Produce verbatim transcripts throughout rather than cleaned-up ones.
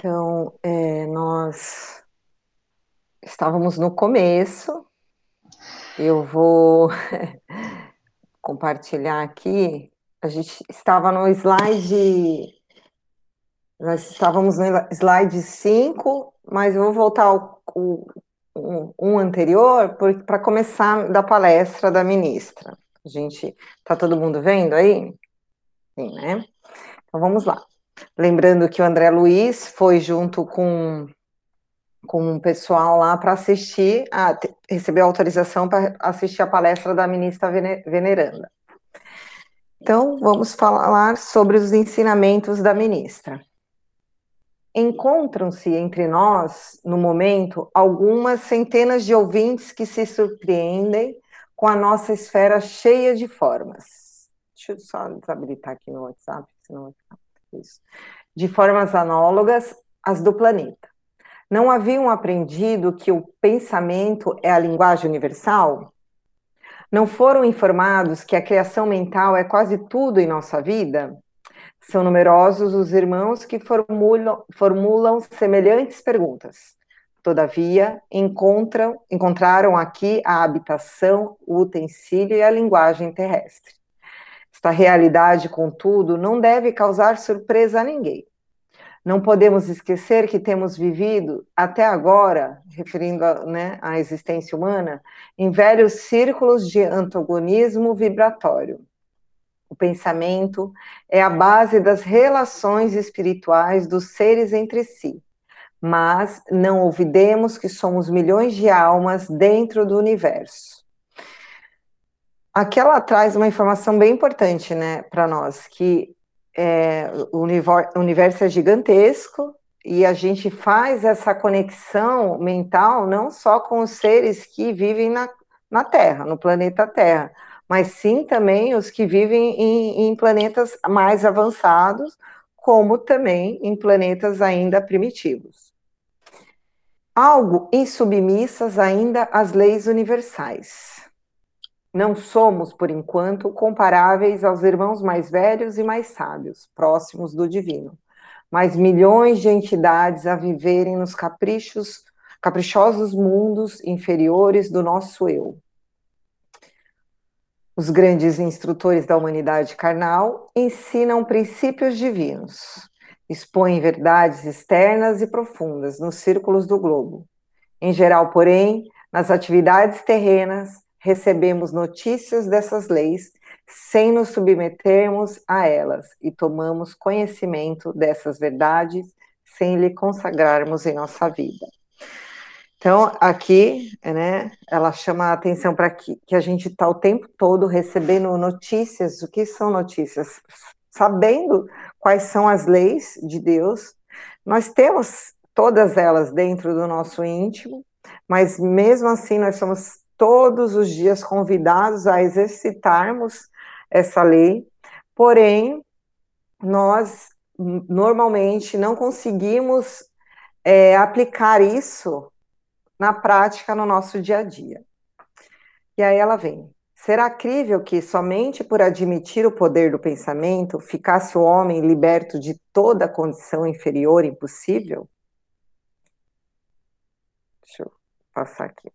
Então, é, nós estávamos no começo, eu vou compartilhar aqui, a gente estava no slide, nós estávamos no slide cinco, mas eu vou voltar ao, ao, um, um anterior para começar da palestra da ministra. A gente, tá todo mundo vendo aí? Sim, né? Então vamos lá. Lembrando que o André Luiz foi junto com com um pessoal lá para assistir, a, recebeu autorização para assistir a palestra da ministra veneranda. Então, vamos falar sobre os ensinamentos da ministra. Encontram-se entre nós, no momento, algumas centenas de ouvintes que se surpreendem com a nossa esfera cheia de formas. Deixa eu só desabilitar aqui no WhatsApp, senão isso. De formas análogas às do planeta. Não haviam aprendido que o pensamento é a linguagem universal? Não foram informados que a criação mental é quase tudo em nossa vida? São numerosos os irmãos que formulam, formulam semelhantes perguntas. Todavia, encontram, encontraram aqui a habitação, o utensílio e a linguagem terrestre. Esta realidade, contudo, não deve causar surpresa a ninguém. Não podemos esquecer que temos vivido, até agora, referindo a, né, à existência humana, em velhos círculos de antagonismo vibratório. O pensamento é a base das relações espirituais dos seres entre si, mas não olvidemos que somos milhões de almas dentro do universo. Aqui ela traz uma informação bem importante, né, para nós, que É, o universo é gigantesco e a gente faz essa conexão mental não só com os seres que vivem na, na Terra, no planeta Terra, mas sim também os que vivem em, em planetas mais avançados, como também em planetas ainda primitivos. Algo insubmissas ainda às leis universais. Não somos, por enquanto, comparáveis aos irmãos mais velhos e mais sábios, próximos do divino, mas milhões de entidades a viverem nos caprichos, caprichosos mundos inferiores do nosso eu. Os grandes instrutores da humanidade carnal ensinam princípios divinos, expõem verdades externas e profundas nos círculos do globo. Em geral, porém, nas atividades terrenas, recebemos notícias dessas leis sem nos submetermos a elas e tomamos conhecimento dessas verdades sem lhe consagrarmos em nossa vida. Então, aqui, né, ela chama a atenção para que, que a gente está o tempo todo recebendo notícias. O que são notícias? Sabendo quais são as leis de Deus, nós temos todas elas dentro do nosso íntimo, mas mesmo assim nós somos todos os dias convidados a exercitarmos essa lei, porém, nós normalmente não conseguimos é, aplicar isso na prática no nosso dia a dia. E aí ela vem. Será crível que somente por admitir o poder do pensamento ficasse o homem liberto de toda condição inferior impossível? Deixa eu passar aqui.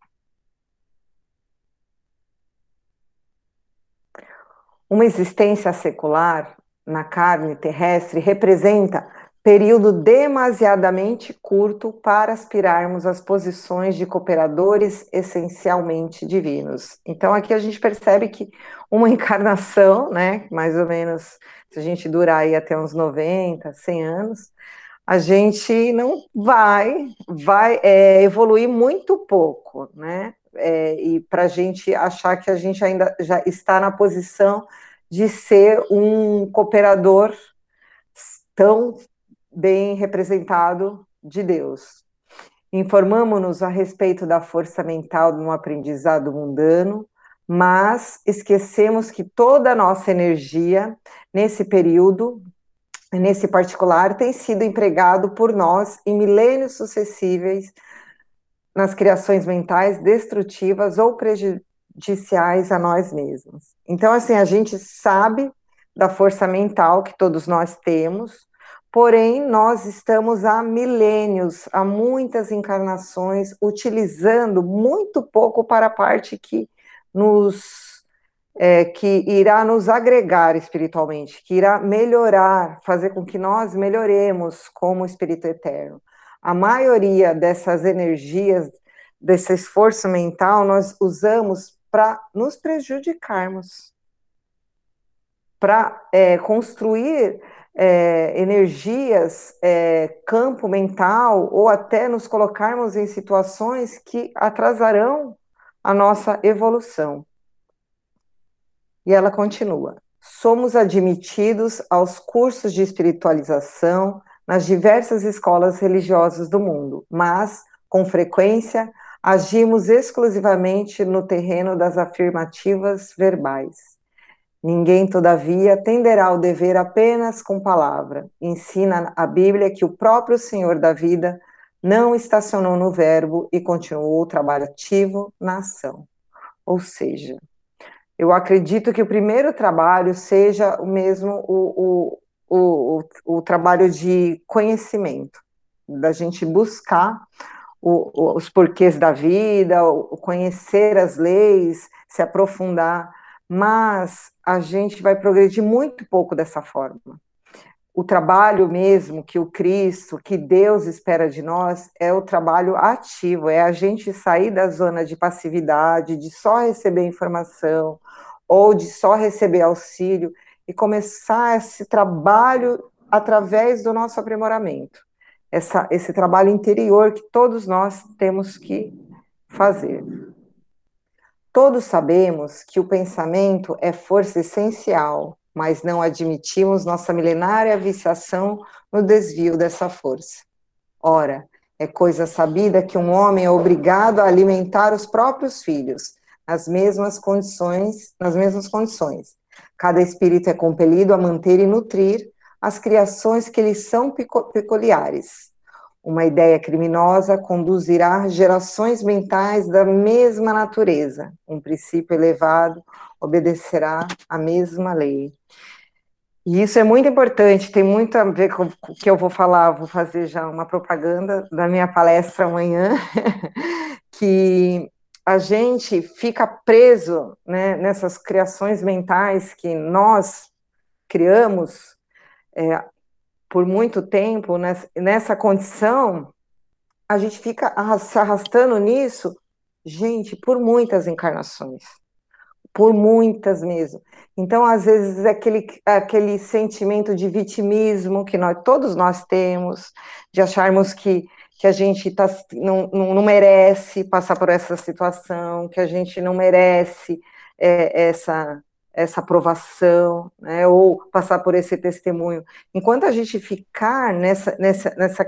Uma existência secular na carne terrestre representa período demasiadamente curto para aspirarmos às posições de cooperadores essencialmente divinos. Então aqui a gente percebe que uma encarnação, né, mais ou menos, se a gente durar aí até uns noventa, cem anos, a gente não vai, vai é, evoluir muito pouco, né? É, e para a gente achar que a gente ainda já está na posição de ser um cooperador tão bem representado de Deus. Informamo-nos a respeito da força mental de um aprendizado mundano, mas esquecemos que toda a nossa energia, nesse período, nesse particular, tem sido empregado por nós em milênios sucessíveis nas criações mentais destrutivas ou prejudiciais a nós mesmos. Então, assim, a gente sabe da força mental que todos nós temos, Porém, nós estamos há milênios, há muitas encarnações, utilizando muito pouco para a parte que nos é, que irá nos agregar espiritualmente, que irá melhorar, fazer com que nós melhoremos como espírito eterno. A maioria dessas energias, desse esforço mental, nós usamos para nos prejudicarmos, para é, construir é, energias, é, campo mental, ou até nos colocarmos em situações que atrasarão a nossa evolução. E ela continua: somos admitidos aos cursos de espiritualização nas diversas escolas religiosas do mundo, mas, com frequência, agimos exclusivamente no terreno das afirmativas verbais. Ninguém, todavia, tenderá ao dever apenas com palavra. Ensina a Bíblia que o próprio Senhor da vida não estacionou no verbo e continuou o trabalho ativo na ação. Ou seja, eu acredito que o primeiro trabalho seja o mesmo o, o, o, o, o trabalho de conhecimento, da gente buscar o, os porquês da vida, o, conhecer as leis, se aprofundar, mas a gente vai progredir muito pouco dessa forma. O trabalho mesmo que o Cristo, que Deus espera de nós, é o trabalho ativo, é a gente sair da zona de passividade, de só receber informação, ou de só receber auxílio, e começar esse trabalho através do nosso aprimoramento. Essa, esse trabalho interior que todos nós temos que fazer. Todos sabemos que o pensamento é força essencial, mas não admitimos nossa milenária viciação no desvio dessa força. Ora, é coisa sabida que um homem é obrigado a alimentar os próprios filhos, nas mesmas condições, nas mesmas condições. Cada espírito é compelido a manter e nutrir as criações que lhe são peculiares. Uma ideia criminosa conduzirá gerações mentais da mesma natureza. Um princípio elevado obedecerá à mesma lei. E isso é muito importante, tem muito a ver com o que eu vou falar, vou fazer já uma propaganda da minha palestra amanhã, que a gente fica preso, né, nessas criações mentais que nós criamos é, por muito tempo, nessa, nessa condição, a gente fica se arrastando nisso, gente, por muitas encarnações. Por muitas mesmo. Então, às vezes, é aquele, aquele sentimento de vitimismo que nós, todos nós temos, de acharmos que, que a gente tá, não, não, não merece passar por essa situação, que a gente não merece é, essa, essa aprovação, né, ou passar por esse testemunho. Enquanto a gente ficar nessa, nessa, nessa,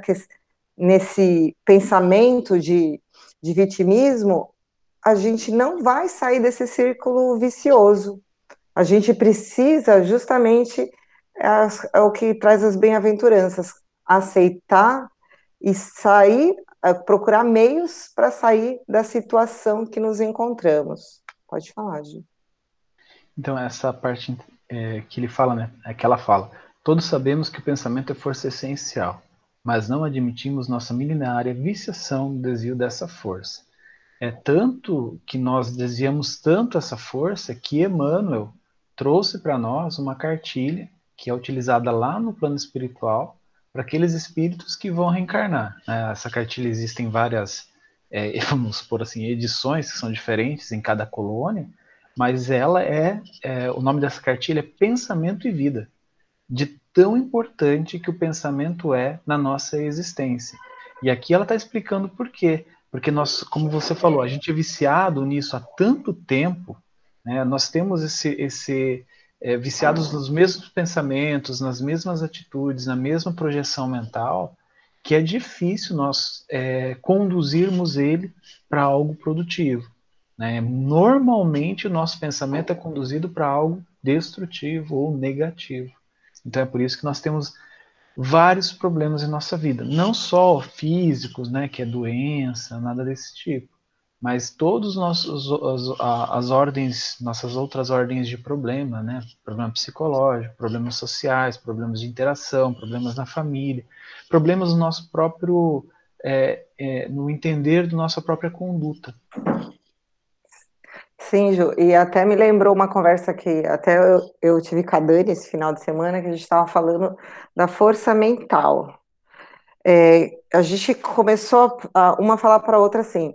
nesse pensamento de, de vitimismo, a gente não vai sair desse círculo vicioso. A gente precisa justamente, é, é o que traz as bem-aventuranças, aceitar e sair, é, procurar meios para sair da situação que nos encontramos. Pode falar, Gi. Então, essa parte é, que ele fala, né, é que ela fala: todos sabemos que o pensamento é força essencial, mas não admitimos nossa milenária viciação no desvio dessa força. É tanto que nós desviamos tanto essa força que Emmanuel trouxe para nós uma cartilha que é utilizada lá no plano espiritual para aqueles espíritos que vão reencarnar. Essa cartilha existem várias, é, vamos por assim, edições que são diferentes em cada colônia, mas ela é, é, o nome dessa cartilha é Pensamento e Vida, de tão importante que o pensamento é na nossa existência. E aqui ela está explicando por quê. Porque nós, como você falou, a gente é viciado nisso há tanto tempo, né? Nós temos esse, esse é, viciados nos mesmos pensamentos, nas mesmas atitudes, na mesma projeção mental, que é difícil nós é, conduzirmos ele para algo produtivo, né? Normalmente o nosso pensamento é conduzido para algo destrutivo ou negativo. Então é por isso que nós temos vários problemas em nossa vida, não só físicos, né, que é doença, nada desse tipo, mas todos os nossos as, as ordens, nossas outras ordens de problema, né? Problema psicológico, problemas sociais, problemas de interação, problemas na família, problemas no nosso próprio é, é, no entender da nossa própria conduta. Sim, Ju, e até me lembrou uma conversa que até eu, eu tive com a Dani esse final de semana, que a gente estava falando da força mental. É, a gente começou a, uma falar para a outra assim,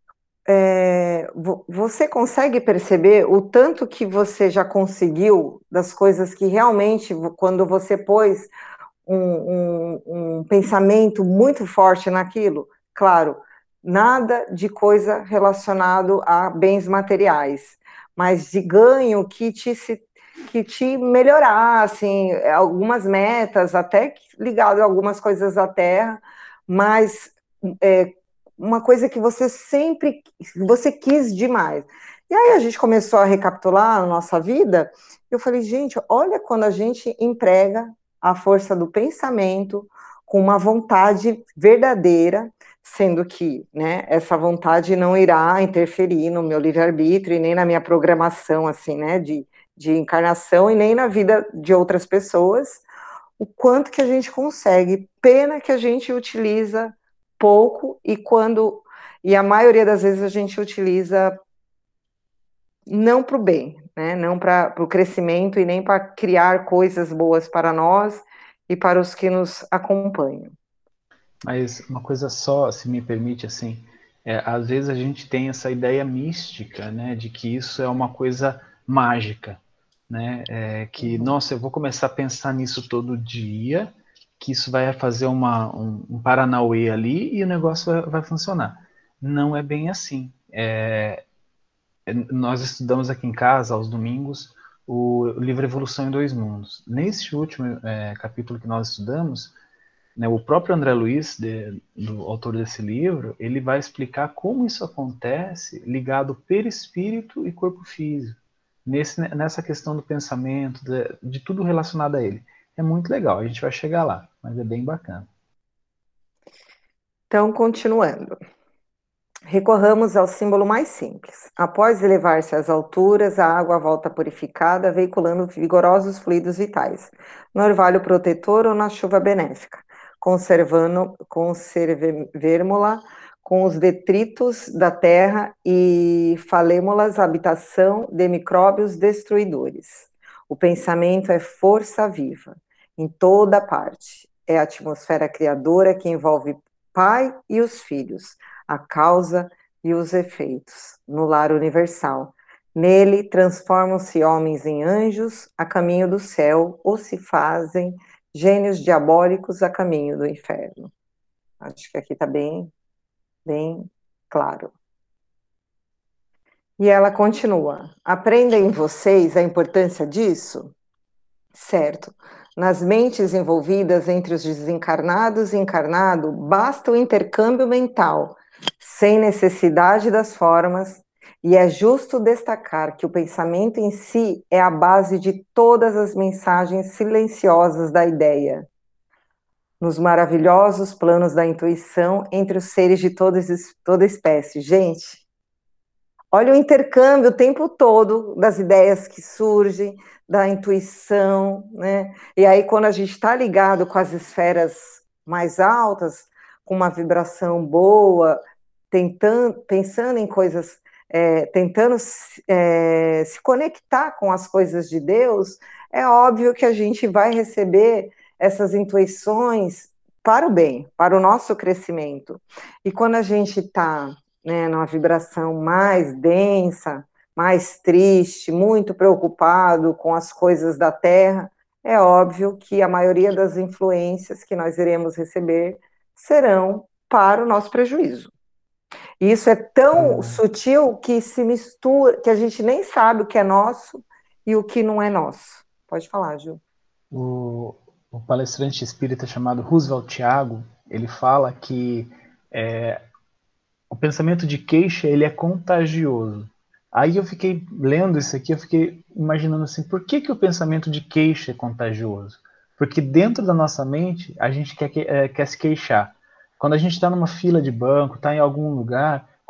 é, vo- você consegue perceber o tanto que você já conseguiu das coisas que realmente, vo- quando você pôs um, um- um pensamento muito forte naquilo? Claro, nada de coisa relacionado a bens materiais, mas de ganho que te, se- que te melhorassem, algumas metas, até ligado a algumas coisas da terra, mas é, uma coisa que você sempre, você quis demais. E aí a gente começou a recapitular a nossa vida, eu falei, gente, olha quando a gente emprega a força do pensamento com uma vontade verdadeira, sendo que, né, essa vontade não irá interferir no meu livre-arbítrio e nem na minha programação, assim, né, de, de encarnação e nem na vida de outras pessoas, o quanto que a gente consegue. Pena que a gente utiliza pouco e quando, e a maioria das vezes a gente utiliza não para o bem, né? Não para o crescimento e nem para criar coisas boas para nós e para os que nos acompanham. Mas uma coisa só, se me permite, assim, é, às vezes a gente tem essa ideia mística, né, de que isso é uma coisa mágica, né, é, que, Uhum. nossa, eu vou começar a pensar nisso todo dia, que isso vai fazer uma, um, um paranauê ali e o negócio vai, vai funcionar. Não é bem assim. É, é, nós estudamos aqui em casa, aos domingos, o livro Evolução em Dois Mundos. Nesse último é, capítulo que nós estudamos, né, o próprio André Luiz, de, do autor desse livro, ele vai explicar como isso acontece ligado perispírito e corpo físico, nesse, nessa questão do pensamento, de, de tudo relacionado a ele. É muito legal, a gente vai chegar lá, mas é bem bacana. Então, continuando. Recorramos ao símbolo mais simples. Após elevar-se às alturas, a água volta purificada, veiculando vigorosos fluidos vitais, no orvalho protetor ou na chuva benéfica, conservando, conservemo-la com os detritos da terra e falemo-las habitação de micróbios destruidores. O pensamento é força viva, em toda parte. É a atmosfera criadora que envolve Pai e os filhos, a causa e os efeitos, no lar universal. Nele transformam-se homens em anjos a caminho do céu, ou se fazem gênios diabólicos a caminho do inferno. Acho que aqui está bem, bem claro. E ela continua: aprendem vocês a importância disso? Certo. Nas mentes envolvidas entre os desencarnados e encarnado, basta o intercâmbio mental, sem necessidade das formas, e é justo destacar que o pensamento em si é a base de todas as mensagens silenciosas da ideia, nos maravilhosos planos da intuição entre os seres de todas, toda espécie. Gente, olha o intercâmbio o tempo todo das ideias que surgem, da intuição, né? E aí, quando a gente está ligado com as esferas mais altas, com uma vibração boa, tentando, pensando em coisas, é, tentando é, se conectar com as coisas de Deus, é óbvio que a gente vai receber essas intuições para o bem, para o nosso crescimento. E quando a gente está, né, numa vibração mais densa, mais triste, muito preocupado com as coisas da Terra, é óbvio que a maioria das influências que nós iremos receber serão para o nosso prejuízo. E isso é tão O, sutil que se mistura, que a gente nem sabe o que é nosso e o que não é nosso. Pode falar, Gil. o, o palestrante espírita chamado Roosevelt Thiago, ele fala que é, o pensamento de queixa ele é contagioso. Aí eu fiquei lendo isso aqui, eu fiquei imaginando assim, por que, que o pensamento de queixa é contagioso? Porque dentro da nossa mente a gente quer, é, quer se queixar. Quando a gente está numa fila de banco, está em algum lugar,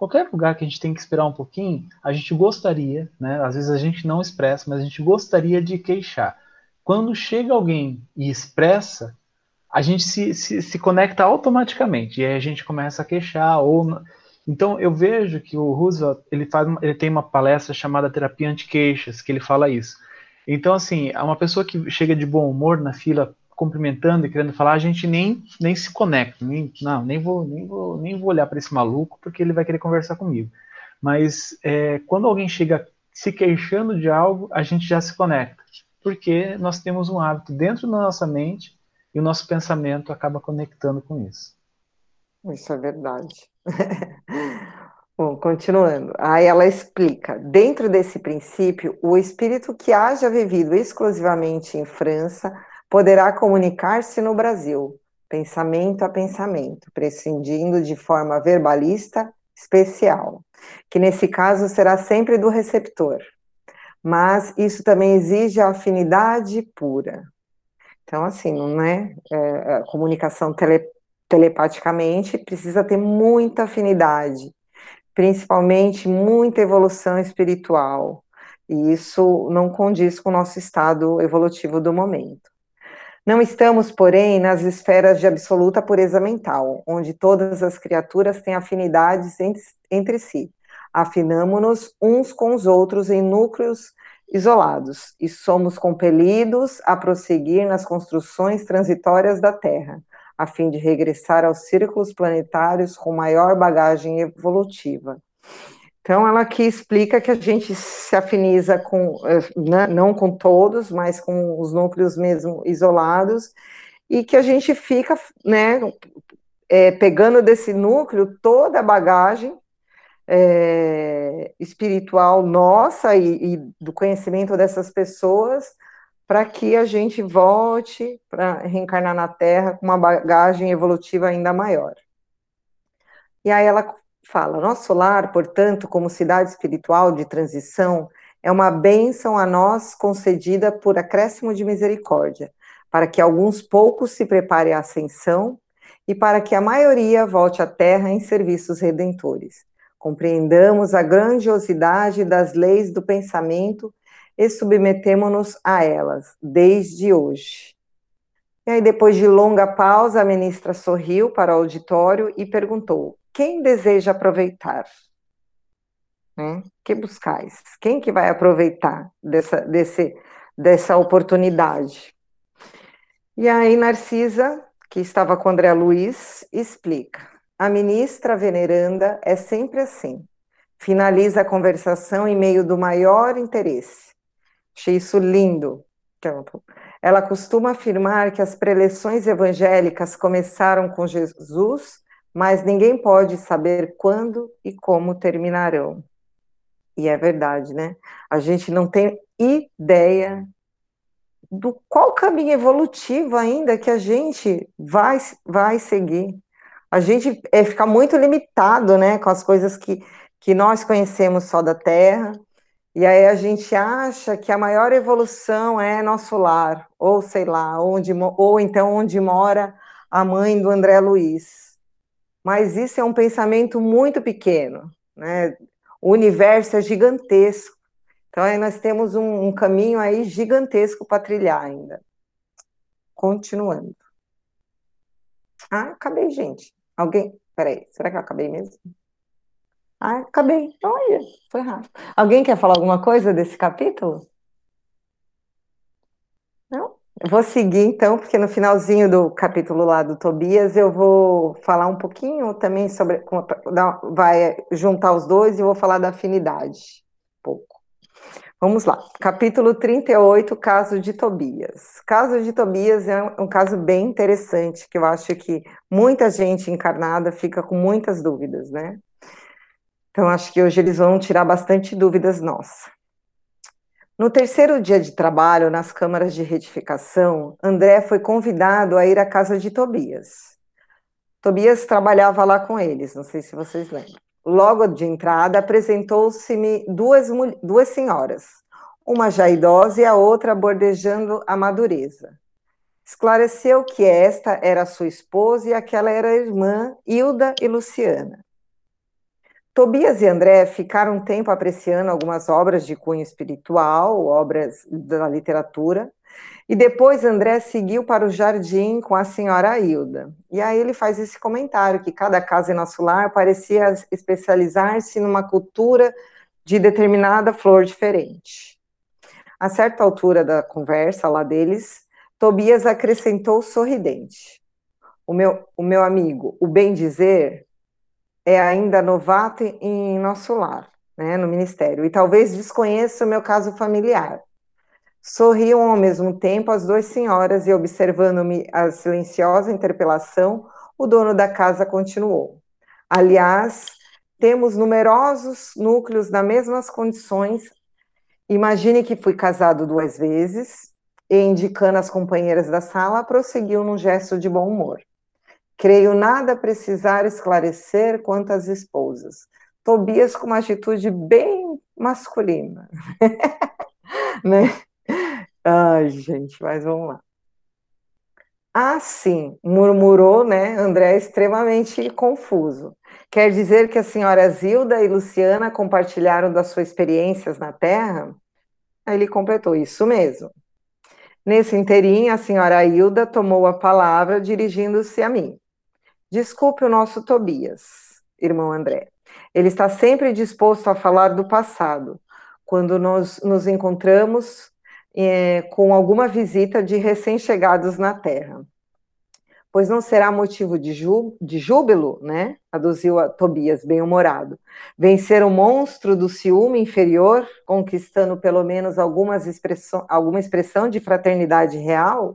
qualquer lugar que a gente tem que esperar um pouquinho, a gente gostaria, né? Às vezes a gente não expressa, mas a gente gostaria de queixar. Quando chega alguém e expressa, a gente se, se, se conecta automaticamente, e aí a gente começa a queixar. Ou... Então eu vejo que o Roosevelt, ele, faz, ele tem uma palestra chamada Terapia Anti-Queixas, que ele fala isso. Então, assim, uma pessoa que chega de bom humor na fila, cumprimentando e querendo falar, a gente nem, nem se conecta, nem, não, nem vou, nem vou, nem vou olhar para esse maluco, porque ele vai querer conversar comigo. Mas é, quando alguém chega se queixando de algo, a gente já se conecta, porque nós temos um hábito dentro da nossa mente e o nosso pensamento acaba conectando com isso. Isso é verdade. Bom, continuando. Aí ela explica: dentro desse princípio, o espírito que haja vivido exclusivamente em França poderá comunicar-se no Brasil, pensamento a pensamento, prescindindo de forma verbalista especial, que nesse caso será sempre do receptor. Mas isso também exige a afinidade pura. Então, assim, não é, é a comunicação tele, telepaticamente, precisa ter muita afinidade, principalmente muita evolução espiritual. E isso não condiz com o nosso estado evolutivo do momento. Não estamos, porém, nas esferas de absoluta pureza mental, onde todas as criaturas têm afinidades entre, entre si. Afinamo-nos uns com os outros em núcleos isolados e somos compelidos a prosseguir nas construções transitórias da Terra, a fim de regressar aos círculos planetários com maior bagagem evolutiva. Então, ela aqui explica que a gente se afiniza com, não com todos, mas com os núcleos mesmo isolados, e que a gente fica, né, é, pegando desse núcleo toda a bagagem é, espiritual nossa e, e do conhecimento dessas pessoas, para que a gente volte para reencarnar na Terra com uma bagagem evolutiva ainda maior. E aí ela fala: nosso lar, portanto, como cidade espiritual de transição, é uma bênção a nós concedida por acréscimo de misericórdia, para que alguns poucos se preparem à ascensão e para que a maioria volte à Terra em serviços redentores. Compreendamos a grandiosidade das leis do pensamento e submetemo-nos a elas, desde hoje. E aí, depois de longa pausa, a ministra sorriu para o auditório e perguntou: quem deseja aproveitar? Né? Que buscais? Quem que vai aproveitar dessa, desse, dessa oportunidade? E aí, Narcisa, que estava com André Luiz, explica: a ministra veneranda é sempre assim. Finaliza a conversação em meio do maior interesse. Achei isso lindo. Ela costuma afirmar que as preleções evangélicas começaram com Jesus, mas ninguém pode saber quando e como terminarão. E é verdade, né? A gente não tem ideia do qual caminho evolutivo ainda que a gente vai, vai seguir. A gente é, fica muito limitado, né, com as coisas que, que nós conhecemos só da Terra. E aí a gente acha que a maior evolução é nosso lar, ou sei lá, onde, ou então onde mora a mãe do André Luiz. Mas isso é um pensamento muito pequeno, né? O universo é gigantesco. Então aí nós temos um, um caminho aí gigantesco para trilhar ainda. Continuando. Ah, acabei, gente. Alguém? Peraí, será que eu acabei mesmo? Ah, acabei. Olha, foi rápido. Alguém quer falar alguma coisa desse capítulo? Não? Eu vou seguir então, porque no finalzinho do capítulo lá do Tobias eu vou falar um pouquinho também sobre, vai juntar os dois e vou falar da afinidade. Pouco. Vamos lá. Capítulo trinta e oito, caso de Tobias. Caso de Tobias é um, um caso bem interessante, que eu acho que muita gente encarnada fica com muitas dúvidas, né? Então, acho que hoje eles vão tirar bastante dúvidas nossas. No terceiro dia de trabalho, nas câmaras de retificação, André foi convidado a ir à casa de Tobias. Tobias trabalhava lá com eles, não sei se vocês lembram. Logo de entrada, apresentou-se-me duas, duas senhoras, uma já idosa e a outra bordejando a madureza. Esclareceu que esta era sua esposa e aquela era a irmã, Hilda e Luciana. Tobias e André ficaram um tempo apreciando algumas obras de cunho espiritual, obras da literatura, e depois André seguiu para o jardim com a senhora Hilda. E aí ele faz esse comentário, que cada casa em nosso lar parecia especializar-se numa cultura de determinada flor diferente. A certa altura da conversa lá deles, Tobias acrescentou sorridente: O meu, o meu amigo, o bem dizer, é ainda novato em nosso lar, né, no ministério, e talvez desconheça o meu caso familiar. Sorriam ao mesmo tempo as duas senhoras e, observando-me a silenciosa interpelação, o dono da casa continuou: Aliás, temos numerosos núcleos nas mesmas condições. Imagine que fui casado duas vezes, e, indicando as companheiras da sala, prosseguiu num gesto de bom humor. Creio nada precisar esclarecer quanto às esposas. Tobias com uma atitude bem masculina. Né? Ai, gente, mas vamos lá. Ah, sim, murmurou, né? André, extremamente confuso. Quer dizer que as senhoras Hilda e Luciana compartilharam das suas experiências na Terra? Aí ele completou: isso mesmo. Nesse inteirinho, a senhora Hilda tomou a palavra, dirigindo-se a mim. Desculpe o nosso Tobias, irmão André. Ele está sempre disposto a falar do passado, quando nós nos encontramos é, com alguma visita de recém-chegados na Terra. Pois não será motivo de, jú, de júbilo, né? Aduziu a Tobias, bem-humorado. Vencer o monstro do ciúme inferior, conquistando pelo menos algumas expressão, alguma expressão de fraternidade real?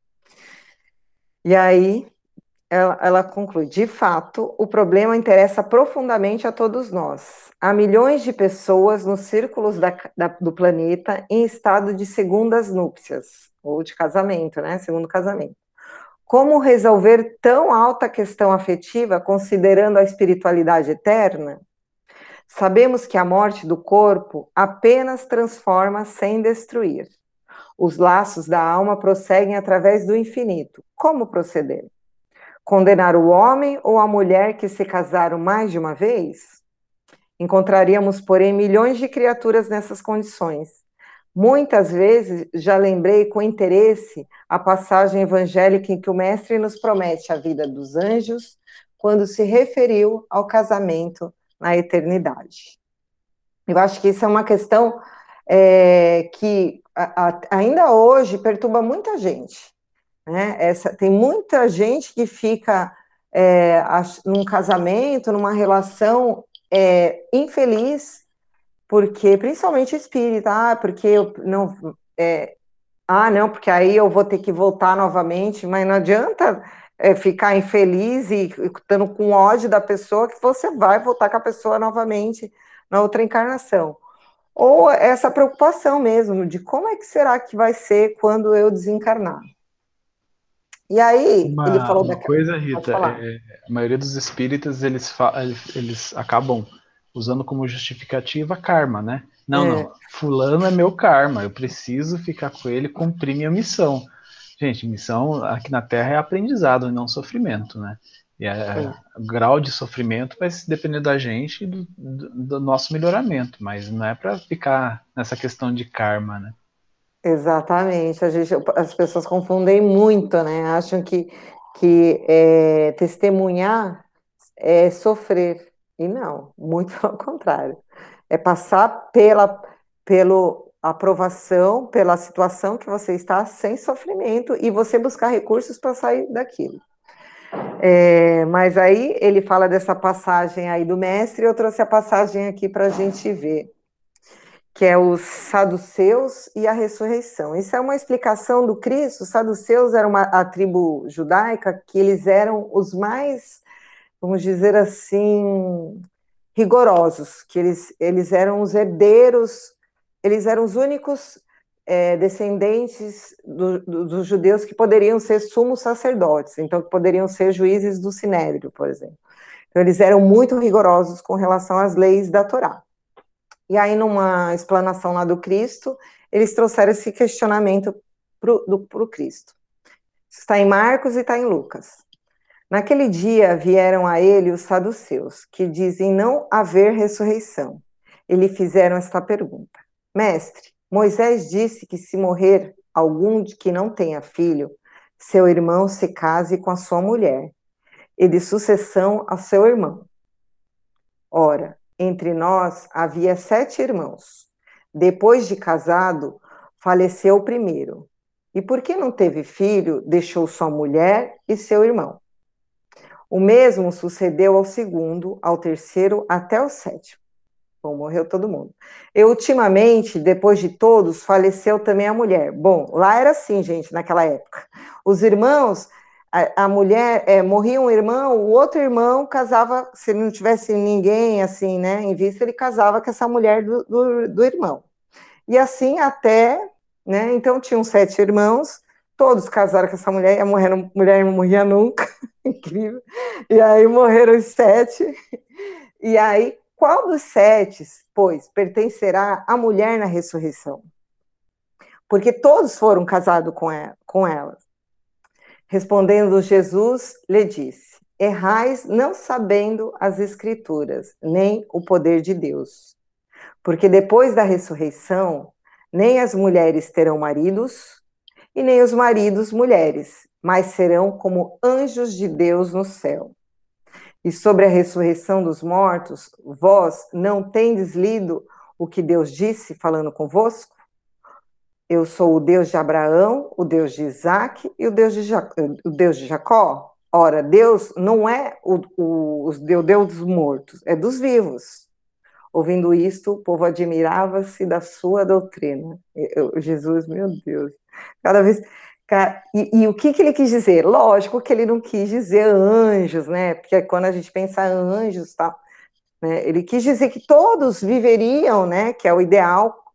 E aí ela, ela conclui: de fato, o problema interessa profundamente a todos nós. Há milhões de pessoas nos círculos da, da, do planeta em estado de segundas núpcias, ou de casamento, né? Segundo casamento. Como resolver tão alta questão afetiva, considerando a espiritualidade eterna? Sabemos que a morte do corpo apenas transforma sem destruir. Os laços da alma prosseguem através do infinito. Como proceder? Condenar o homem ou a mulher que se casaram mais de uma vez? Encontraríamos, porém, milhões de criaturas nessas condições. Muitas vezes já lembrei com interesse a passagem evangélica em que o Mestre nos promete a vida dos anjos, quando se referiu ao casamento na eternidade. Eu acho que isso é uma questão é, que a, a, ainda hoje perturba muita gente. Né? Essa, tem muita gente que fica é, num casamento, numa relação é, infeliz, porque, principalmente espírita, ah, porque eu não, é, ah, não, porque aí eu vou ter que voltar novamente, mas não adianta é, ficar infeliz e estando com ódio da pessoa, que você vai voltar com a pessoa novamente na outra encarnação. Ou essa preocupação mesmo, de como é que será que vai ser quando eu desencarnar. E aí, ele Uma, falou uma daquela... coisa, Pode Rita, falar. é, a maioria dos espíritas, eles, fa- eles, eles acabam usando como justificativa karma, né? Não, É, não, fulano é meu karma, eu preciso ficar com ele, cumprir minha missão. Gente, missão aqui na Terra é aprendizado, não sofrimento, né? E é, é. o grau de sofrimento vai depender da gente e do, do, do nosso melhoramento, mas não é para ficar nessa questão de karma, né? Exatamente, a gente, as pessoas confundem muito, né? Acham que, que é, testemunhar é sofrer. E não, muito ao contrário. É passar pela pelo aprovação, pela situação que você está sem sofrimento e você buscar recursos para sair daquilo. É, mas aí ele fala dessa passagem aí do mestre, e eu trouxe a passagem aqui para a gente ver, que é os saduceus e a ressurreição. Isso é uma explicação do Cristo. Os saduceus eram uma a tribo judaica que eles eram os mais, vamos dizer assim, rigorosos, que eles, eles eram os herdeiros, eles eram os únicos é, descendentes do, do, dos judeus que poderiam ser sumos sacerdotes, então que poderiam ser juízes do Sinédrio, por exemplo. Então eles eram muito rigorosos com relação às leis da Torá. E aí, numa explanação lá do Cristo, eles trouxeram esse questionamento para o Cristo. Está em Marcos e está em Lucas. Naquele dia vieram a ele os saduceus, que dizem não haver ressurreição. E lhe fizeram esta pergunta: Mestre, Moisés disse que se morrer algum de que não tenha filho, seu irmão se case com a sua mulher, e de sucessão ao seu irmão. Ora, entre nós havia sete irmãos. Depois de casado, faleceu o primeiro. E porque não teve filho, deixou sua mulher e seu irmão. O mesmo sucedeu ao segundo, ao terceiro, até o sétimo. Bom, morreu todo mundo. E ultimamente, depois de todos, faleceu também a mulher. Bom, lá era assim, gente, naquela época. Os irmãos, a, a mulher, é, morria um irmão, o outro irmão casava, se ele não tivesse ninguém, assim, né, em vista, ele casava com essa mulher do, do, do irmão. E assim até, né, então tinham sete irmãos, todos casaram com essa mulher, e a mulher, a mulher não morria nunca, incrível. E aí morreram os sete, e aí, qual dos sete, pois, pertencerá à mulher na ressurreição? Porque todos foram casados com ela, com ela. Respondendo Jesus, lhe disse: errais não sabendo as Escrituras, nem o poder de Deus. Porque depois da ressurreição, nem as mulheres terão maridos, e nem os maridos mulheres, mas serão como anjos de Deus no céu. E sobre a ressurreição dos mortos, vós não tendes lido o que Deus disse falando convosco? Eu sou o Deus de Abraão, o Deus de Isaac e o Deus de, ja... o Deus de Jacó. Ora, Deus não é o, o, o Deus dos mortos, é dos vivos. Ouvindo isto, o povo admirava-se da sua doutrina. Eu, Jesus, meu Deus, cada vez... E, e o que, que ele quis dizer? Lógico que ele não quis dizer anjos, né? Porque quando a gente pensa em anjos, tá, né? Ele quis dizer que todos viveriam, né? Que é o ideal,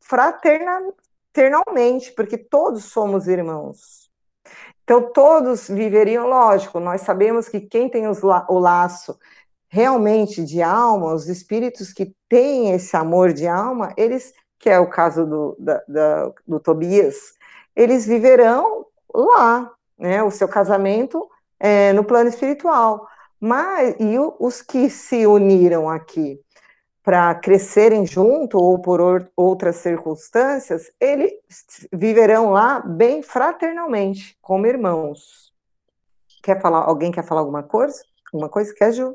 fraternalmente, porque todos somos irmãos. Então, todos viveriam, lógico, nós sabemos que quem tem os, o laço realmente de alma, os espíritos que têm esse amor de alma, eles, que é o caso do, da, da, do Tobias, eles viverão lá, né, o seu casamento é, no plano espiritual. Mas, e o, os que se uniram aqui para crescerem junto ou por or, outras circunstâncias, eles viverão lá bem fraternalmente, como irmãos. Quer falar, alguém quer falar alguma coisa? Alguma coisa? Quer, Ju?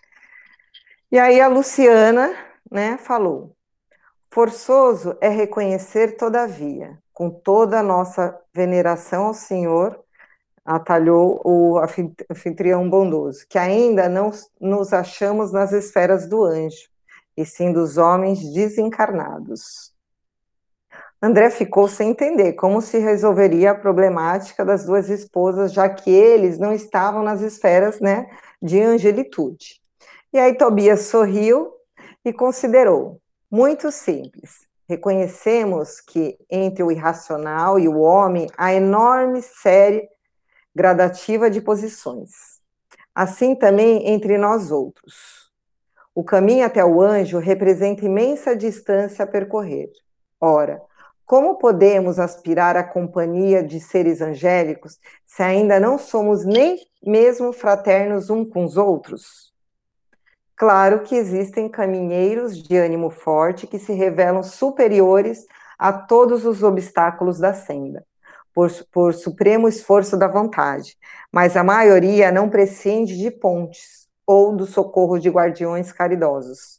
E aí a Luciana, né, falou: forçoso é reconhecer, todavia, com toda a nossa veneração ao Senhor, atalhou o anfitrião bondoso, que ainda não nos achamos nas esferas do anjo, e sim dos homens desencarnados. André ficou sem entender como se resolveria a problemática das duas esposas, já que eles não estavam nas esferas, né, de angelitude. E aí Tobias sorriu e considerou: muito simples. Reconhecemos que entre o irracional e o homem há enorme série gradativa de posições. Assim também entre nós outros. O caminho até o anjo representa imensa distância a percorrer. Ora, como podemos aspirar à companhia de seres angélicos se ainda não somos nem mesmo fraternos uns com os outros? Claro que existem caminheiros de ânimo forte que se revelam superiores a todos os obstáculos da senda, por, por supremo esforço da vontade, mas a maioria não prescinde de pontes ou do socorro de guardiões caridosos.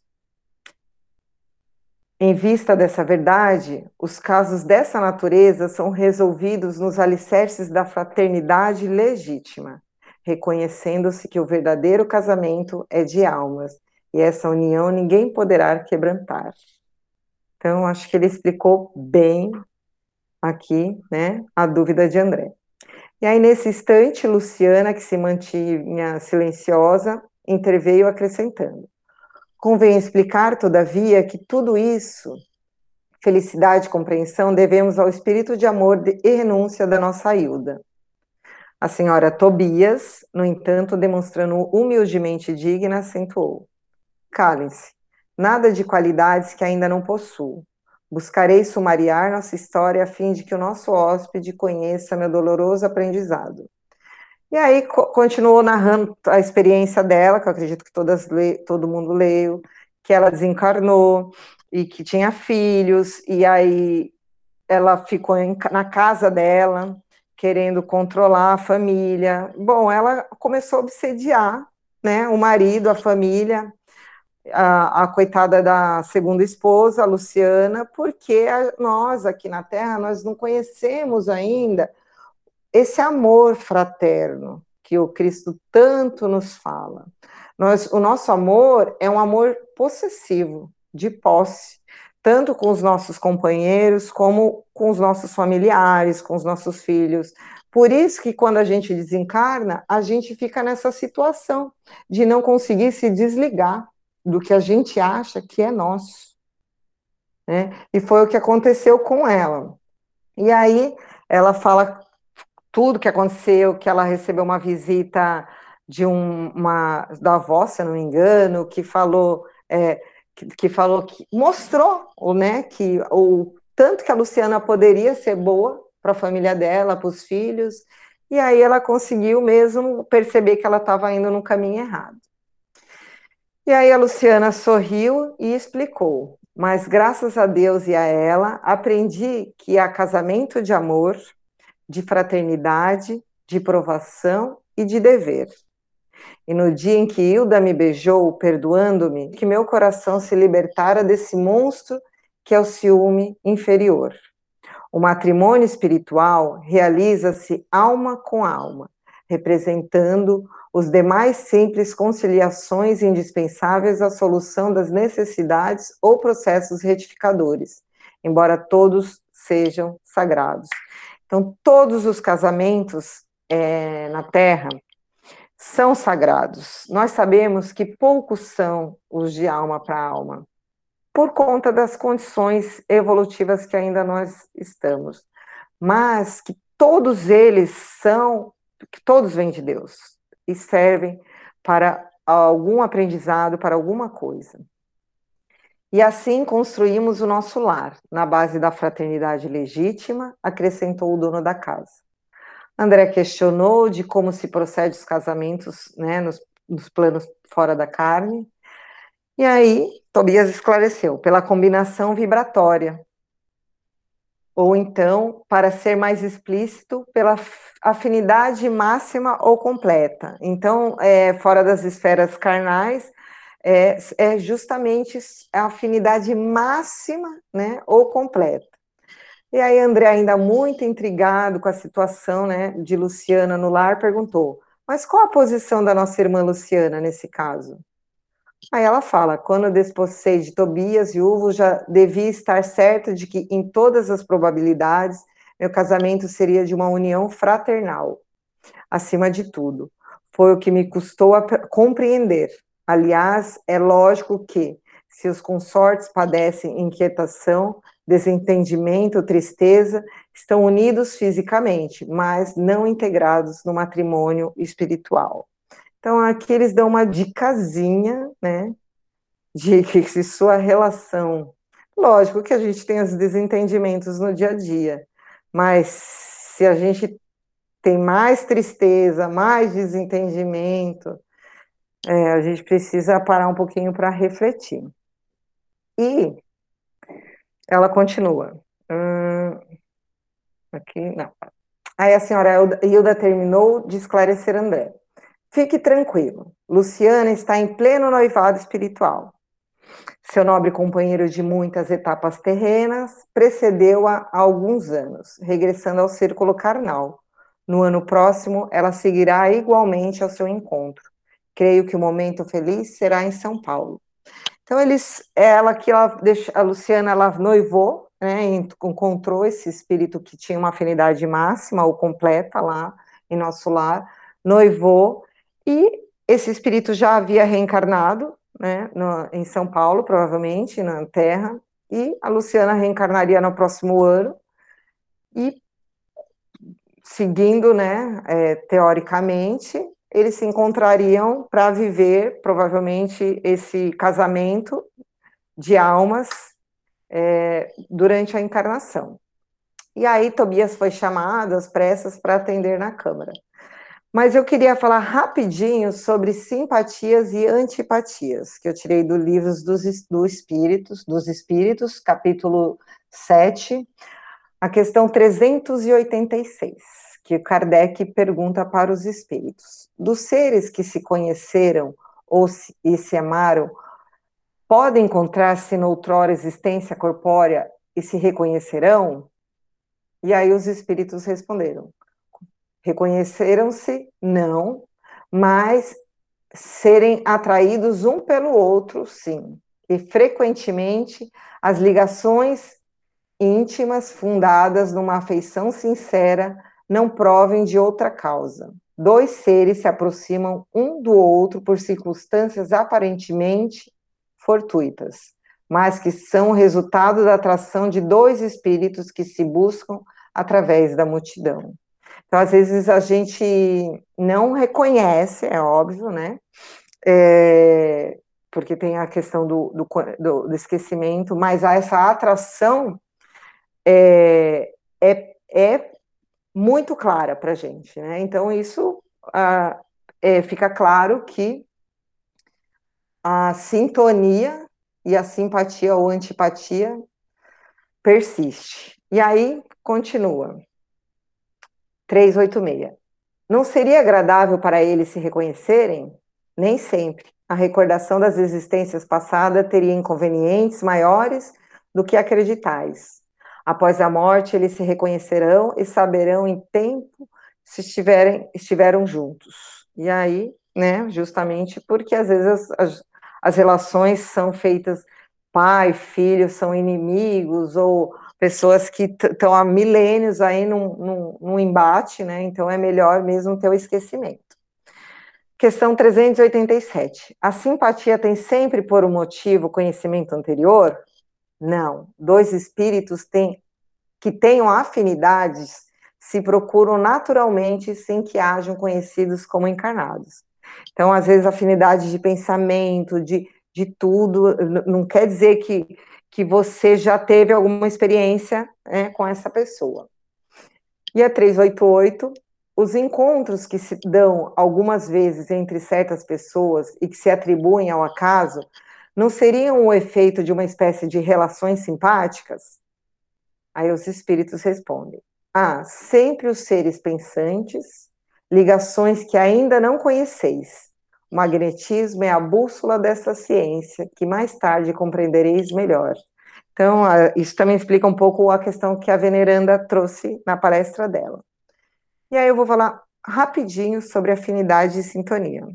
Em vista dessa verdade, os casos dessa natureza são resolvidos nos alicerces da fraternidade legítima, reconhecendo-se que o verdadeiro casamento é de almas, e essa união ninguém poderá quebrantar. Então, acho que ele explicou bem aqui, né, a dúvida de André. E aí, nesse instante, Luciana, que se mantinha silenciosa, interveio acrescentando: convém explicar, todavia, que tudo isso, felicidade e compreensão, devemos ao espírito de amor e renúncia da nossa Hilda. A senhora Tobias, no entanto, demonstrando humildemente digna, acentuou: calem-se, nada de qualidades que ainda não possuo. Buscarei sumariar nossa história a fim de que o nosso hóspede conheça meu doloroso aprendizado. E aí co continuou narrando a experiência dela, que eu acredito que todas le todo mundo leu, que ela desencarnou e que tinha filhos, e aí ela ficou em, na casa dela, querendo controlar a família. Bom, ela começou a obsediar, né, o marido, a família, a, a coitada da segunda esposa, a Luciana, porque a, nós aqui na Terra, nós não conhecemos ainda esse amor fraterno que o Cristo tanto nos fala. Nós, o nosso amor é um amor possessivo, de posse, tanto com os nossos companheiros, como com os nossos familiares, com os nossos filhos. Por isso que quando a gente desencarna, a gente fica nessa situação de não conseguir se desligar do que a gente acha que é nosso, né? E foi o que aconteceu com ela. E aí ela fala tudo que aconteceu, que ela recebeu uma visita de um, uma da avó, se eu não me engano, que falou, é, que, que falou que mostrou, né, que o tanto que a Luciana poderia ser boa para a família dela, para os filhos, e aí ela conseguiu mesmo perceber que ela estava indo no caminho errado. E aí a Luciana sorriu e explicou, mas graças a Deus e a ela, aprendi que há casamento de amor, de fraternidade, de provação e de dever. E no dia em que Hilda me beijou, perdoando-me, que meu coração se libertara desse monstro que é o ciúme inferior. O matrimônio espiritual realiza-se alma com alma, representando os demais simples conciliações indispensáveis à solução das necessidades ou processos retificadores, embora todos sejam sagrados. Então, todos os casamentos é, na Terra são sagrados. Nós sabemos que poucos são os de alma para alma, por conta das condições evolutivas que ainda nós estamos. Mas que todos eles são, que todos vêm de Deus e servem para algum aprendizado, para alguma coisa. E assim construímos o nosso lar, na base da fraternidade legítima, acrescentou o dono da casa. André questionou de como se procede os casamentos, né, nos, nos planos fora da carne, e aí Tobias esclareceu, pela combinação vibratória, ou então, para ser mais explícito, pela afinidade máxima ou completa. Então, é, fora das esferas carnais, é, é justamente a afinidade máxima, né, ou completa. E aí André, ainda muito intrigado com a situação, né, de Luciana no lar, perguntou, mas qual a posição da nossa irmã Luciana nesse caso? Aí ela fala, quando eu desposei de Tobias, viúvo, já devia estar certo de que, em todas as probabilidades, meu casamento seria de uma união fraternal, acima de tudo. Foi o que me custou a compreender. Aliás, é lógico que, se os consortes padecem inquietação, desentendimento, tristeza, estão unidos fisicamente, mas não integrados no matrimônio espiritual. Então, aqui eles dão uma dicasinha, né, de que se sua relação... Lógico que a gente tem os desentendimentos no dia a dia, mas se a gente tem mais tristeza, mais desentendimento, é, a gente precisa parar um pouquinho para refletir. E ela continua. Hum, aqui, não. Aí a senhora Hilda terminou de esclarecer André. Fique tranquilo, Luciana está em pleno noivado espiritual. Seu nobre companheiro de muitas etapas terrenas precedeu-a há alguns anos, regressando ao círculo carnal. No ano próximo, ela seguirá igualmente ao seu encontro. Creio que o momento feliz será em São Paulo. Então, eles, ela que ela, a Luciana, ela noivou, né, encontrou esse espírito que tinha uma afinidade máxima ou completa lá em nosso lar, noivou, e esse espírito já havia reencarnado, né, no, em São Paulo, provavelmente, na Terra, e a Luciana reencarnaria no próximo ano, e seguindo, né, é, teoricamente, eles se encontrariam para viver, provavelmente, esse casamento de almas é, durante a encarnação. E aí Tobias foi chamado às pressas para atender na Câmara. Mas eu queria falar rapidinho sobre simpatias e antipatias, que eu tirei do livro dos, do Espíritos, dos Espíritos, capítulo sete, a questão trezentos e oitenta e seis, que Kardec pergunta para os espíritos: dos seres que se conheceram ou se, e se amaram, podem encontrar-se noutrora existência corpórea e se reconhecerão? E aí os espíritos responderam: reconheceram-se, não, mas serem atraídos um pelo outro, sim. E frequentemente as ligações íntimas fundadas numa afeição sincera não provem de outra causa. Dois seres se aproximam um do outro por circunstâncias aparentemente fortuitas, mas que são resultado da atração de dois espíritos que se buscam através da multidão. Então, às vezes, a gente não reconhece, é óbvio, né? É, porque tem a questão do, do, do, do esquecimento, mas há essa atração é, é, é muito clara para a gente, né? Então, isso ah, é, fica claro que a sintonia e a simpatia ou antipatia persiste. E aí, continua. trezentos e oitenta e seis. Não seria agradável para eles se reconhecerem? Nem sempre. A recordação das existências passadas teria inconvenientes maiores do que acreditais. Após a morte, eles se reconhecerão e saberão em tempo se estiverem, estiveram juntos. E aí, né, justamente porque às vezes as, as, as relações são feitas, pai, filho, são inimigos, ou pessoas que estão há milênios aí num, num, num embate, né? Então é melhor mesmo ter o esquecimento. Questão trezentos e oitenta e sete. A simpatia tem sempre por um motivo conhecimento anterior? Não. Dois espíritos têm, que tenham afinidades se procuram naturalmente sem que hajam conhecidos como encarnados. Então, às vezes, afinidade de pensamento, de, de tudo, não quer dizer que que você já teve alguma experiência, né, com essa pessoa. E a trezentos e oitenta e oito, os encontros que se dão algumas vezes entre certas pessoas e que se atribuem ao acaso, não seriam o efeito de uma espécie de relações simpáticas? Aí os espíritos respondem: ah, sempre os seres pensantes, ligações que ainda não conheceis. O magnetismo é a bússola dessa ciência, que mais tarde compreendereis melhor. Então, isso também explica um pouco a questão que a veneranda trouxe na palestra dela. E aí eu vou falar rapidinho sobre afinidade e sintonia.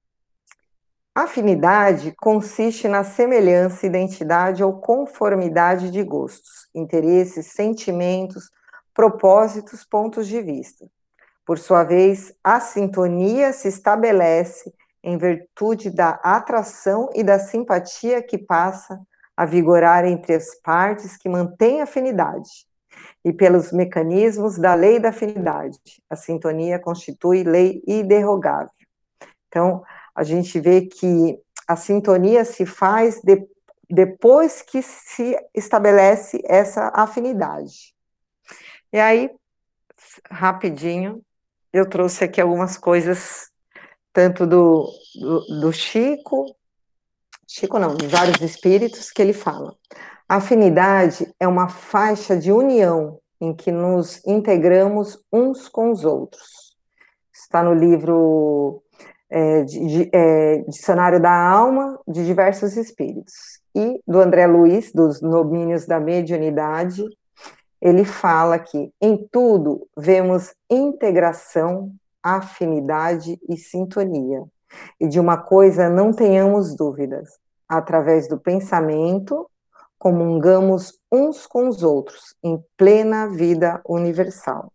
A afinidade consiste na semelhança, identidade ou conformidade de gostos, interesses, sentimentos, propósitos, pontos de vista. Por sua vez, a sintonia se estabelece em virtude da atração e da simpatia que passa a vigorar entre as partes que mantêm afinidade, e pelos mecanismos da lei da afinidade. A sintonia constitui lei inderrogável. Então, a gente vê que a sintonia se faz de, depois que se estabelece essa afinidade. E aí, rapidinho, eu trouxe aqui algumas coisas, tanto do, do, do Chico, Chico não, de vários espíritos, que ele fala. A afinidade é uma faixa de união em que nos integramos uns com os outros. Está no livro é, de, de, é, Dicionário da Alma, de diversos espíritos. E do André Luiz, dos Domínios da Mediunidade, ele fala que em tudo vemos integração, afinidade e sintonia. E de uma coisa não tenhamos dúvidas: através do pensamento, comungamos uns com os outros, em plena vida universal.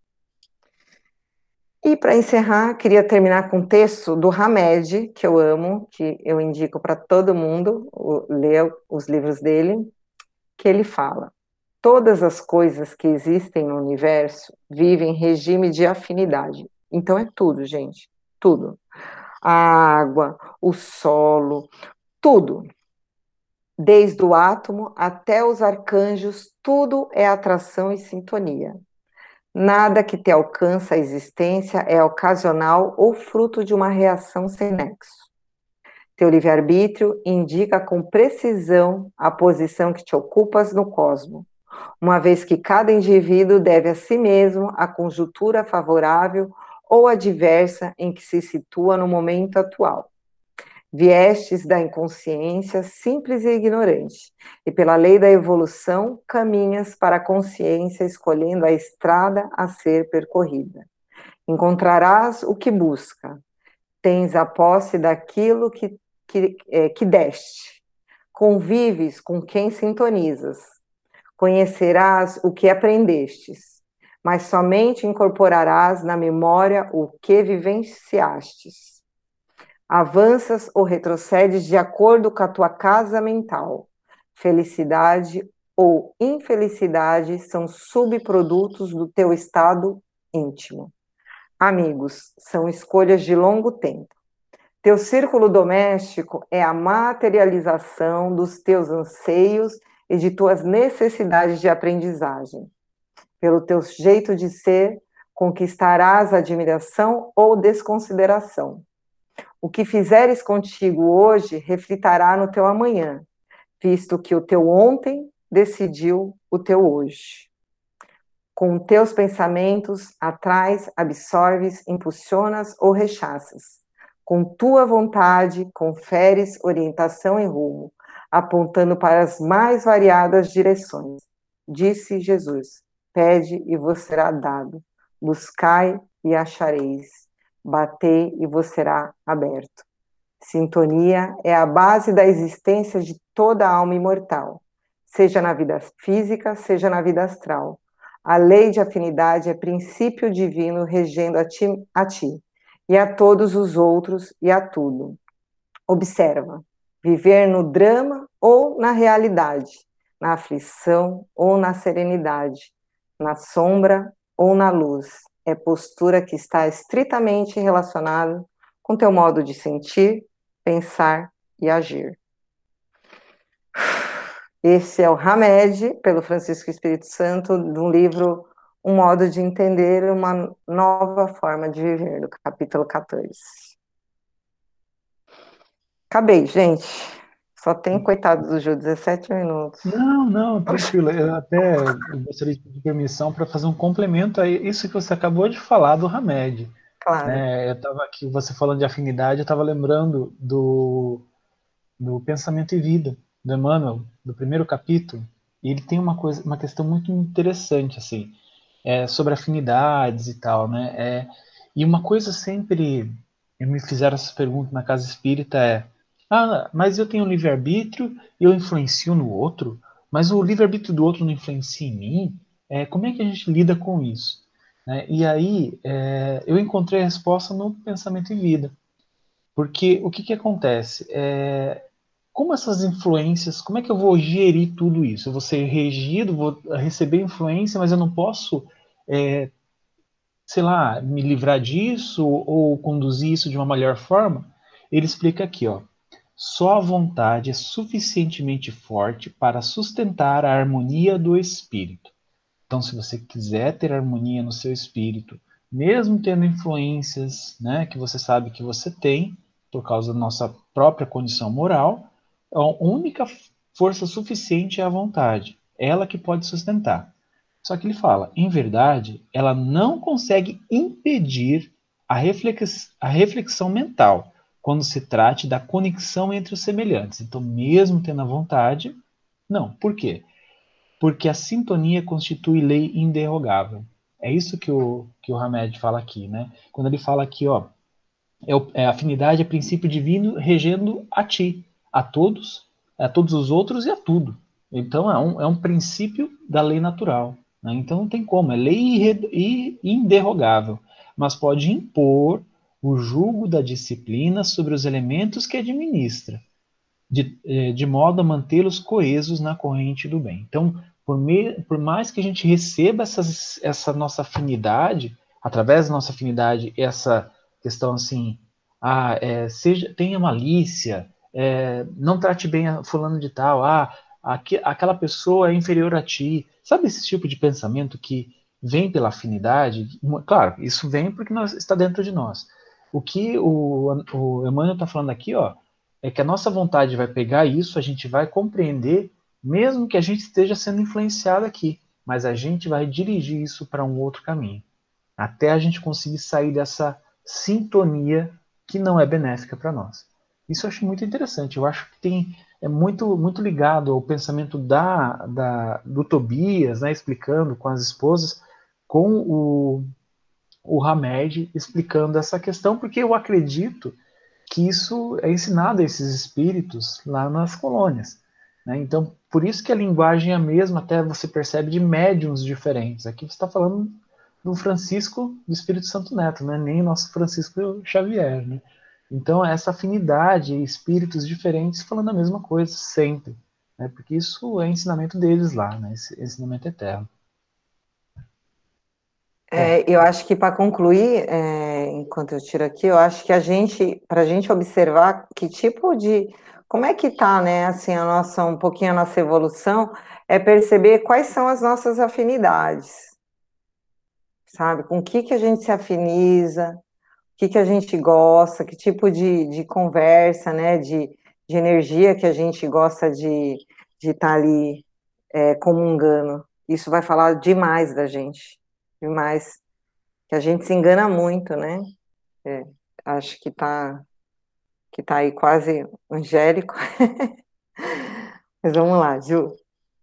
E para encerrar, queria terminar com um texto do Hamed, que eu amo, que eu indico para todo mundo ler os livros dele, que ele fala: todas as coisas que existem no universo vivem em regime de afinidade. Então é tudo, gente, tudo. A água, o solo, tudo. Desde o átomo até os arcanjos, tudo é atração e sintonia. Nada que te alcança a existência é ocasional ou fruto de uma reação sem nexo. Teu livre-arbítrio indica com precisão a posição que te ocupas no cosmos, uma vez que cada indivíduo deve a si mesmo a conjuntura favorável ou adversa em que se situa no momento atual. Viestes da inconsciência simples e ignorante, e pela lei da evolução caminhas para a consciência escolhendo a estrada a ser percorrida. Encontrarás o que busca, tens a posse daquilo que, que, é, que deste, convives com quem sintonizas, conhecerás o que aprendestes, mas somente incorporarás na memória o que vivenciastes. Avanças ou retrocedes de acordo com a tua casa mental. Felicidade ou infelicidade são subprodutos do teu estado íntimo. Amigos, são escolhas de longo tempo. Teu círculo doméstico é a materialização dos teus anseios e de tuas necessidades de aprendizagem. Pelo teu jeito de ser, conquistarás admiração ou desconsideração. O que fizeres contigo hoje refletirá no teu amanhã, visto que o teu ontem decidiu o teu hoje. Com teus pensamentos, atrais, absorves, impulsionas ou rechaças. Com tua vontade, conferes orientação e rumo, apontando para as mais variadas direções. Disse Jesus: pede e vos será dado, buscai e achareis, batei e vos será aberto. Sintonia é a base da existência de toda alma imortal, seja na vida física, seja na vida astral. A lei de afinidade é princípio divino regendo a ti, a ti e a todos os outros e a tudo. Observa, viver no drama ou na realidade, na aflição ou na serenidade, na sombra ou na luz, é postura que está estritamente relacionada com teu modo de sentir, pensar e agir. Esse é o Hamed, pelo Francisco Espírito Santo, do livro Um Modo de Entender uma Nova Forma de Viver, do capítulo quatorze. Acabei, gente. Só tem, coitado do Ju, dezessete minutos. Não, não, tranquilo. Eu até gostaria de pedir permissão para fazer um complemento a isso que você acabou de falar do Hamed. Claro. Né? Eu estava aqui, você falando de afinidade, eu estava lembrando do, do Pensamento e Vida, do Emmanuel, do primeiro capítulo, e ele tem uma, coisa, uma questão muito interessante, assim, é, sobre afinidades e tal, né? É, e uma coisa sempre, me fizeram essa pergunta na casa espírita é, ah, mas eu tenho livre-arbítrio e eu influencio no outro, mas o livre-arbítrio do outro não influencia em mim? É, como é que a gente lida com isso? Né? E aí é, eu encontrei a resposta no Pensamento e Vida. Porque o que, que acontece? É, como essas influências, como é que eu vou gerir tudo isso? Eu vou ser regido, vou receber influência, mas eu não posso, é, sei lá, me livrar disso ou conduzir isso de uma melhor forma? Ele explica aqui, ó. Só a vontade é suficientemente forte para sustentar a harmonia do espírito. Então, se você quiser ter harmonia no seu espírito, mesmo tendo influências, né, que você sabe que você tem, por causa da nossa própria condição moral, a única força suficiente é a vontade, ela que pode sustentar. Só que ele fala, em verdade, ela não consegue impedir a, reflex, a reflexão mental, quando se trate da conexão entre os semelhantes. Então, mesmo tendo a vontade, não. Por quê? Porque a sintonia constitui lei inderrogável. É isso que o, que o Hamed fala aqui, né? Quando ele fala aqui, ó, é, o, é afinidade é princípio divino regendo a ti, a todos, a todos os outros e a tudo. Então é um, é um princípio da lei natural. Né? Então não tem como, é lei inderrogável, mas pode impor o jugo da disciplina sobre os elementos que administra, de, de modo a mantê-los coesos na corrente do bem. Então, por, me, por mais que a gente receba essas, essa nossa afinidade, através da nossa afinidade, essa questão assim, ah, é, seja, tenha malícia, é, não trate bem a fulano de tal, ah, aqu, aquela pessoa é inferior a ti. Sabe esse tipo de pensamento que, vem pela afinidade, claro, isso vem porque nós, está dentro de nós. O que o, o Emmanuel está falando aqui, ó, é que a nossa vontade vai pegar isso, a gente vai compreender, mesmo que a gente esteja sendo influenciado aqui, mas a gente vai dirigir isso para um outro caminho, até a gente conseguir sair dessa sintonia que não é benéfica para nós. Isso eu acho muito interessante. Eu acho que tem é muito muito ligado ao pensamento da, da do Tobias, né, explicando com as esposas, com o, o Hamed explicando essa questão, porque eu acredito que isso é ensinado a esses espíritos lá nas colônias. Né? Então, por isso que a linguagem é a mesma, até você percebe de médiums diferentes. Aqui você está falando do Francisco do Espírito Santo Neto, né? Nem nosso Francisco Xavier. Né? Então, essa afinidade, espíritos diferentes falando a mesma coisa sempre. Né? Porque isso é ensinamento deles lá, né? Esse ensinamento eterno. Bom, É, eu acho que para concluir, é, enquanto eu tiro aqui, eu acho que a gente, para a gente observar que tipo de, como é que tá, né, assim, a nossa, um pouquinho a nossa evolução, é perceber quais são as nossas afinidades, sabe? Com o que que a gente se afiniza, o que que a gente gosta, que tipo de, de conversa, né, de, de energia que a gente gosta de de estar ali é, comungando. Isso vai falar demais da gente, demais. Que a gente se engana muito, né? É, acho que tá, que tá aí quase angélico. Mas vamos lá, Ju.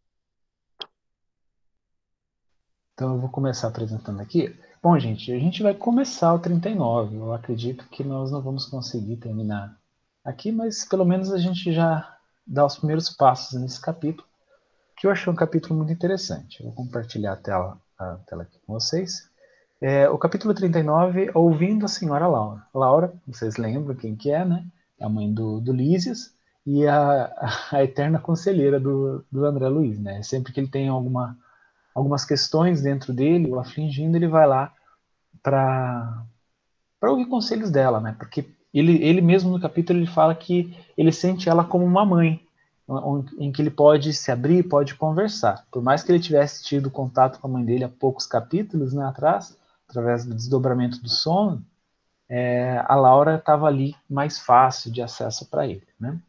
então eu vou começar apresentando aqui. Bom, gente, a gente vai começar o trinta e nove. Eu acredito que nós não vamos conseguir terminar aqui, mas pelo menos a gente já dá os primeiros passos nesse capítulo, que eu achei um capítulo muito interessante. Eu vou compartilhar a tela, a tela aqui com vocês. É, o capítulo trinta e nove, Ouvindo a Senhora Laura. Laura, vocês lembram quem que é, né? É a mãe do, do Lísias e a, a eterna conselheira do, do André Luiz, né? Sempre que ele tem alguma, algumas questões dentro dele, o afligindo, ele vai lá para ouvir conselhos dela, né? Porque ele, ele mesmo no capítulo ele fala que ele sente ela como uma mãe, em que ele pode se abrir, pode conversar. Por mais que ele tivesse tido contato com a mãe dele há poucos capítulos, né, atrás, através do desdobramento do sono, é, a Laura estava ali mais fácil de acesso para ele, né?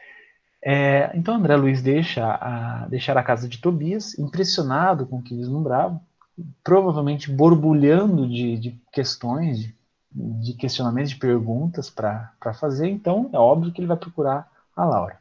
É, então André Luiz deixa a, deixar a casa de Tobias, impressionado com o que vislumbrava, provavelmente borbulhando de, de questões, de, de questionamentos, de perguntas para fazer. Então é óbvio que ele vai procurar a Laura.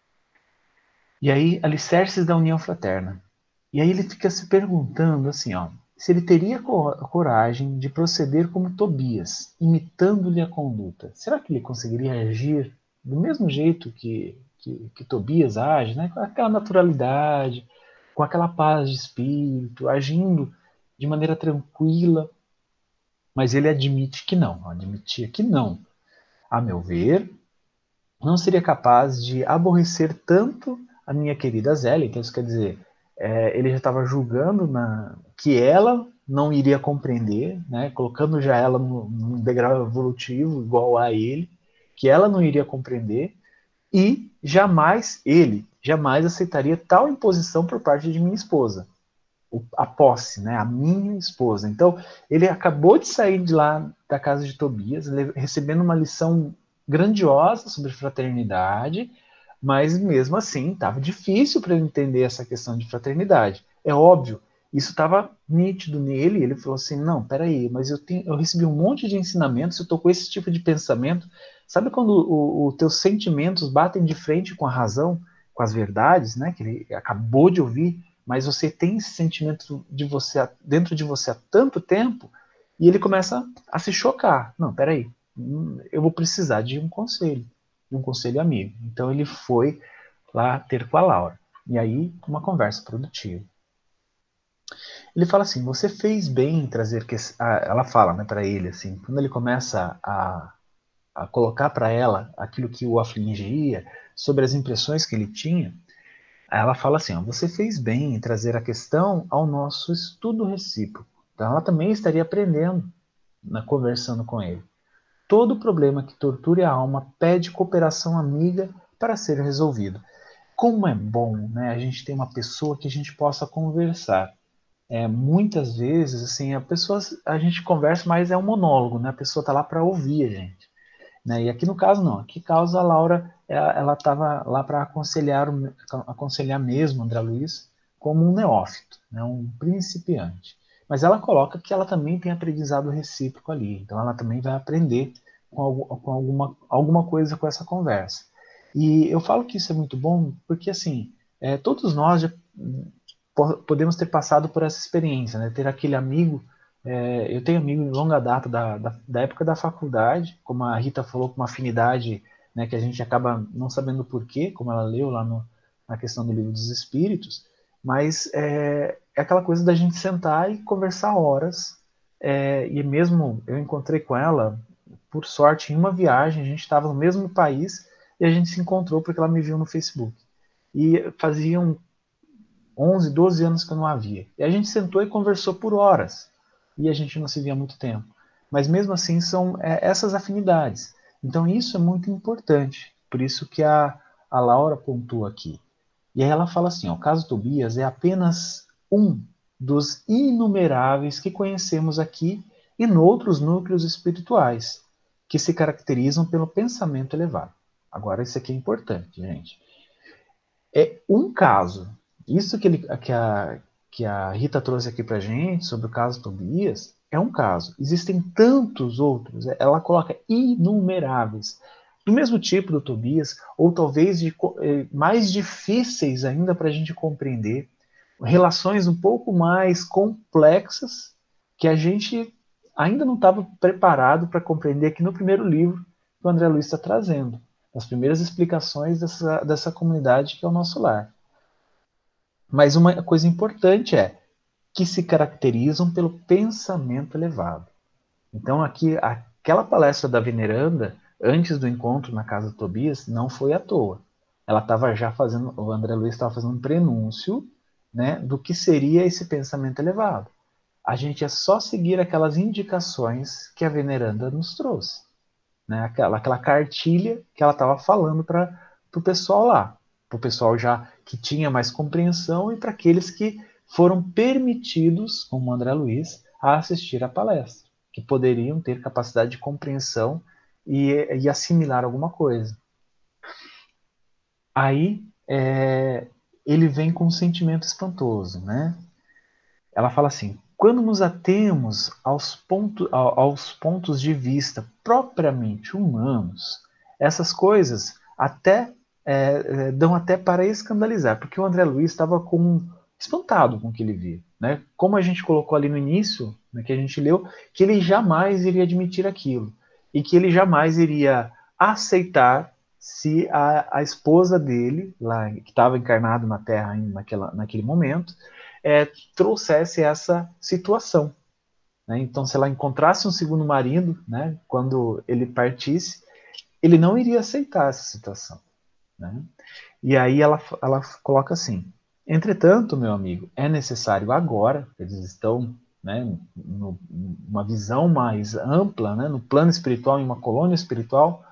E aí, alicerces da união fraterna. E aí ele fica se perguntando assim, ó, se ele teria coragem de proceder como Tobias, imitando-lhe a conduta. Será que ele conseguiria agir do mesmo jeito que, que, que Tobias age, né? Com aquela naturalidade, com aquela paz de espírito, agindo de maneira tranquila? Mas ele admite que não, admitia que não. A meu ver, não seria capaz de aborrecer tanto a minha querida Zélia. Então, isso quer dizer, é, ele já estava julgando na, que ela não iria compreender, né, colocando já ela num degrau evolutivo igual a ele, que ela não iria compreender, e jamais ele jamais aceitaria tal imposição por parte de minha esposa, a posse, né, a minha esposa. Então, ele acabou de sair de lá da casa de Tobias, recebendo uma lição grandiosa sobre fraternidade, mas mesmo assim estava difícil para ele entender essa questão de fraternidade. É óbvio, isso estava nítido nele. Ele falou assim: não, peraí, mas eu, tenho, eu recebi um monte de ensinamentos, eu estou com esse tipo de pensamento. Sabe quando os teus sentimentos batem de frente com a razão, com as verdades, né, que ele acabou de ouvir? Mas você tem esse sentimento de você dentro de você há tanto tempo, e ele começa a se chocar. Não, peraí, eu vou precisar de um conselho, de um conselho amigo. Então ele foi lá ter com a Laura. E aí, uma conversa produtiva. Ele fala assim: você fez bem em trazer que ela fala, né, para ele assim, quando ele começa a, a colocar para ela aquilo que o afligia, sobre as impressões que ele tinha. Ela fala assim: ó, você fez bem em trazer a questão ao nosso estudo recíproco. Então ela também estaria aprendendo, né, conversando com ele. Todo problema que torture a alma pede cooperação amiga para ser resolvido. Como é bom, né, a gente ter uma pessoa que a gente possa conversar. é, muitas vezes, assim, a pessoa, a gente conversa, mas é um monólogo, né? A pessoa está lá para ouvir a gente, né? E aqui no caso não, aqui causa a Laura, ela estava lá para aconselhar, aconselhar mesmo o André Luiz como um neófito, né? Um principiante. Mas ela coloca que ela também tem aprendizado recíproco ali, então ela também vai aprender com, com alguma, alguma coisa com essa conversa. E eu falo que isso é muito bom porque, assim, é, todos nós já podemos ter passado por essa experiência, né? Ter aquele amigo, é, eu tenho amigo de longa data da, da, da época da faculdade, como a Rita falou, com uma afinidade, né, que a gente acaba não sabendo porquê, como ela leu lá no, na questão do Livro dos Espíritos, mas é, é aquela coisa da gente sentar e conversar horas, é, e mesmo eu encontrei com ela, por sorte, em uma viagem, a gente estava no mesmo país e a gente se encontrou porque ela me viu no Facebook. E faziam onze, doze anos que eu não a via. E a gente sentou e conversou por horas. E a gente não se via há muito tempo. Mas mesmo assim são é, essas afinidades. Então isso é muito importante. Por isso que a, a Laura pontua aqui. E aí ela fala assim, ó, o caso Tobias é apenas um dos inumeráveis que conhecemos aqui e noutros núcleos espirituais, que se caracterizam pelo pensamento elevado. Agora isso aqui é importante, gente. É um caso. Isso que, ele, que, a, que a Rita trouxe aqui para gente sobre o caso Tobias é um caso. Existem tantos outros. Ela coloca inumeráveis. Do mesmo tipo do Tobias, ou talvez de, mais difíceis ainda para a gente compreender. Relações um pouco mais complexas que a gente ainda não estava preparado para compreender aqui no primeiro livro que o André Luiz está trazendo. As primeiras explicações dessa, dessa comunidade que é o nosso lar. Mas uma coisa importante é que se caracterizam pelo pensamento elevado. Então aqui, aquela palestra da veneranda, antes do encontro na casa do Tobias, não foi à toa. Ela estava já fazendo, o André Luiz estava fazendo um prenúncio, né, do que seria esse pensamento elevado. A gente é só seguir aquelas indicações que a veneranda nos trouxe. Né, aquela, aquela cartilha que ela estava falando para o pessoal lá, para o pessoal já que tinha mais compreensão e para aqueles que foram permitidos, como o André Luiz, a assistir à palestra, que poderiam ter capacidade de compreensão e, e assimilar alguma coisa. Aí é, ele vem com um sentimento espantoso, né? Ela fala assim: quando nos atemos aos, ponto, aos pontos de vista propriamente humanos, essas coisas até é, dão até para escandalizar, porque o André Luiz estava com espantado com o que ele via, né? Como a gente colocou ali no início, né, que a gente leu, que ele jamais iria admitir aquilo e que ele jamais iria aceitar se a, a esposa dele, lá que estava encarnado na Terra naquela, naquele momento, é, trouxesse essa situação. Né? Então, se ela encontrasse um segundo marido, né, quando ele partisse, ele não iria aceitar essa situação. Né? E aí ela, ela coloca assim: entretanto, meu amigo, é necessário agora, eles estão, né, numa visão mais ampla, né, no plano espiritual, em uma colônia espiritual,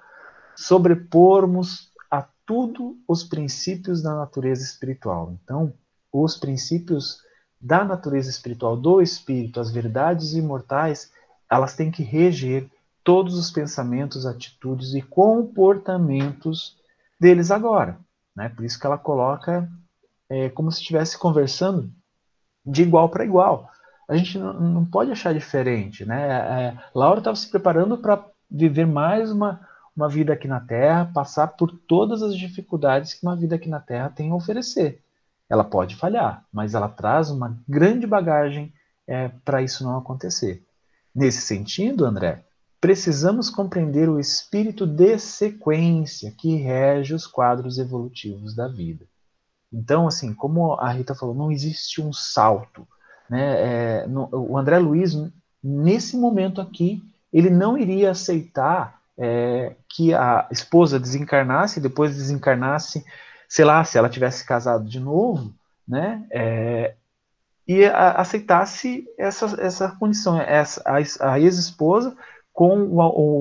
sobrepormos a tudo os princípios da natureza espiritual. Então, os princípios da natureza espiritual do espírito, as verdades imortais, elas têm que reger todos os pensamentos, atitudes e comportamentos deles agora. Né? Por isso que ela coloca é, como se estivesse conversando de igual para igual. A gente não, não pode achar diferente. Né? É, Laura estava se preparando para viver mais uma, uma vida aqui na Terra, passar por todas as dificuldades que uma vida aqui na Terra tem a oferecer. Ela pode falhar, mas ela traz uma grande bagagem é, para isso não acontecer. Nesse sentido, André, precisamos compreender o espírito de sequência que rege os quadros evolutivos da vida. Então, assim, como a Rita falou, não existe um salto. Né? É, no, o André Luiz, nesse momento aqui, ele não iria aceitar é, que a esposa desencarnasse, depois desencarnasse, sei lá, se ela tivesse casado de novo, né? É, e a, aceitasse essa, essa condição, essa, a, a ex-esposa com o,